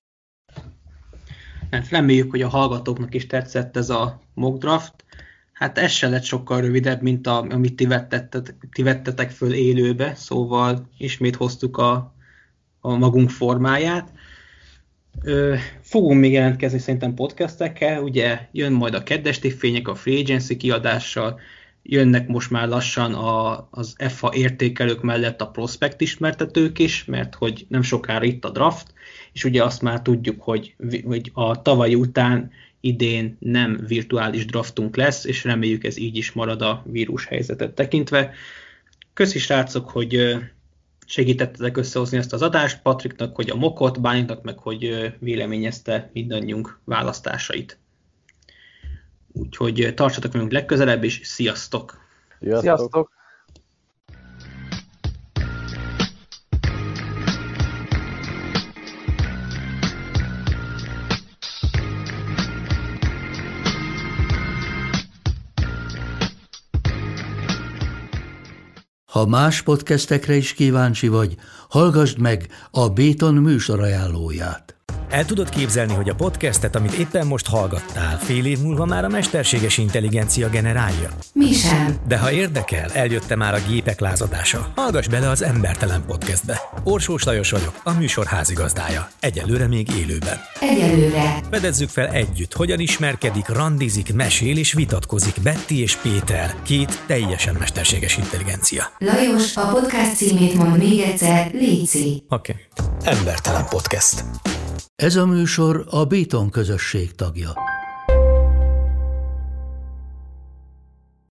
Hát reméljük, hogy a hallgatóknak is tetszett ez a mock draft. Hát ez se lett sokkal rövidebb, mint amit ti vettetek föl élőbe, szóval ismét hoztuk a magunk formáját. Fogunk még jelentkezni szerintem podcastekkel, ugye jön majd a kedves tippfények a Free Agency kiadással, jönnek most már lassan az FA értékelők mellett a prospect ismertetők is, mert hogy nem sokára itt a draft, és ugye azt már tudjuk, hogy a tavalyi után idén nem virtuális draftunk lesz, és reméljük ez így is marad a vírus helyzetet tekintve. Köszi srácok, hogy segítettetek összehozni ezt az adást, Patriknak, hogy a mockot, Bálintnak meg, hogy véleményezte mindannyiunk választásait. Úgyhogy tartsatok velünk legközelebb, és sziasztok! Sziasztok! Ha más podcastekre is kíváncsi vagy, hallgassd meg a Béton műsor ajánlóját. El tudod képzelni, hogy a podcastet, amit éppen most hallgattál, fél év múlva már a mesterséges intelligencia generálja? Mi sem. De ha érdekel, eljött már a gépek lázadása. Hallgass bele az Embertelen podcastbe. Orsós Lajos vagyok, a műsor házigazdája. Egyelőre még élőben. Egyelőre. Fedezzük fel együtt, hogyan ismerkedik, randizik, mesél és vitatkozik Betty és Péter, két teljesen mesterséges intelligencia. Lajos, a podcast címét mond még egyszer, léci. Oké. Embertelen podcast. Ez a műsor a Béton közösség tagja.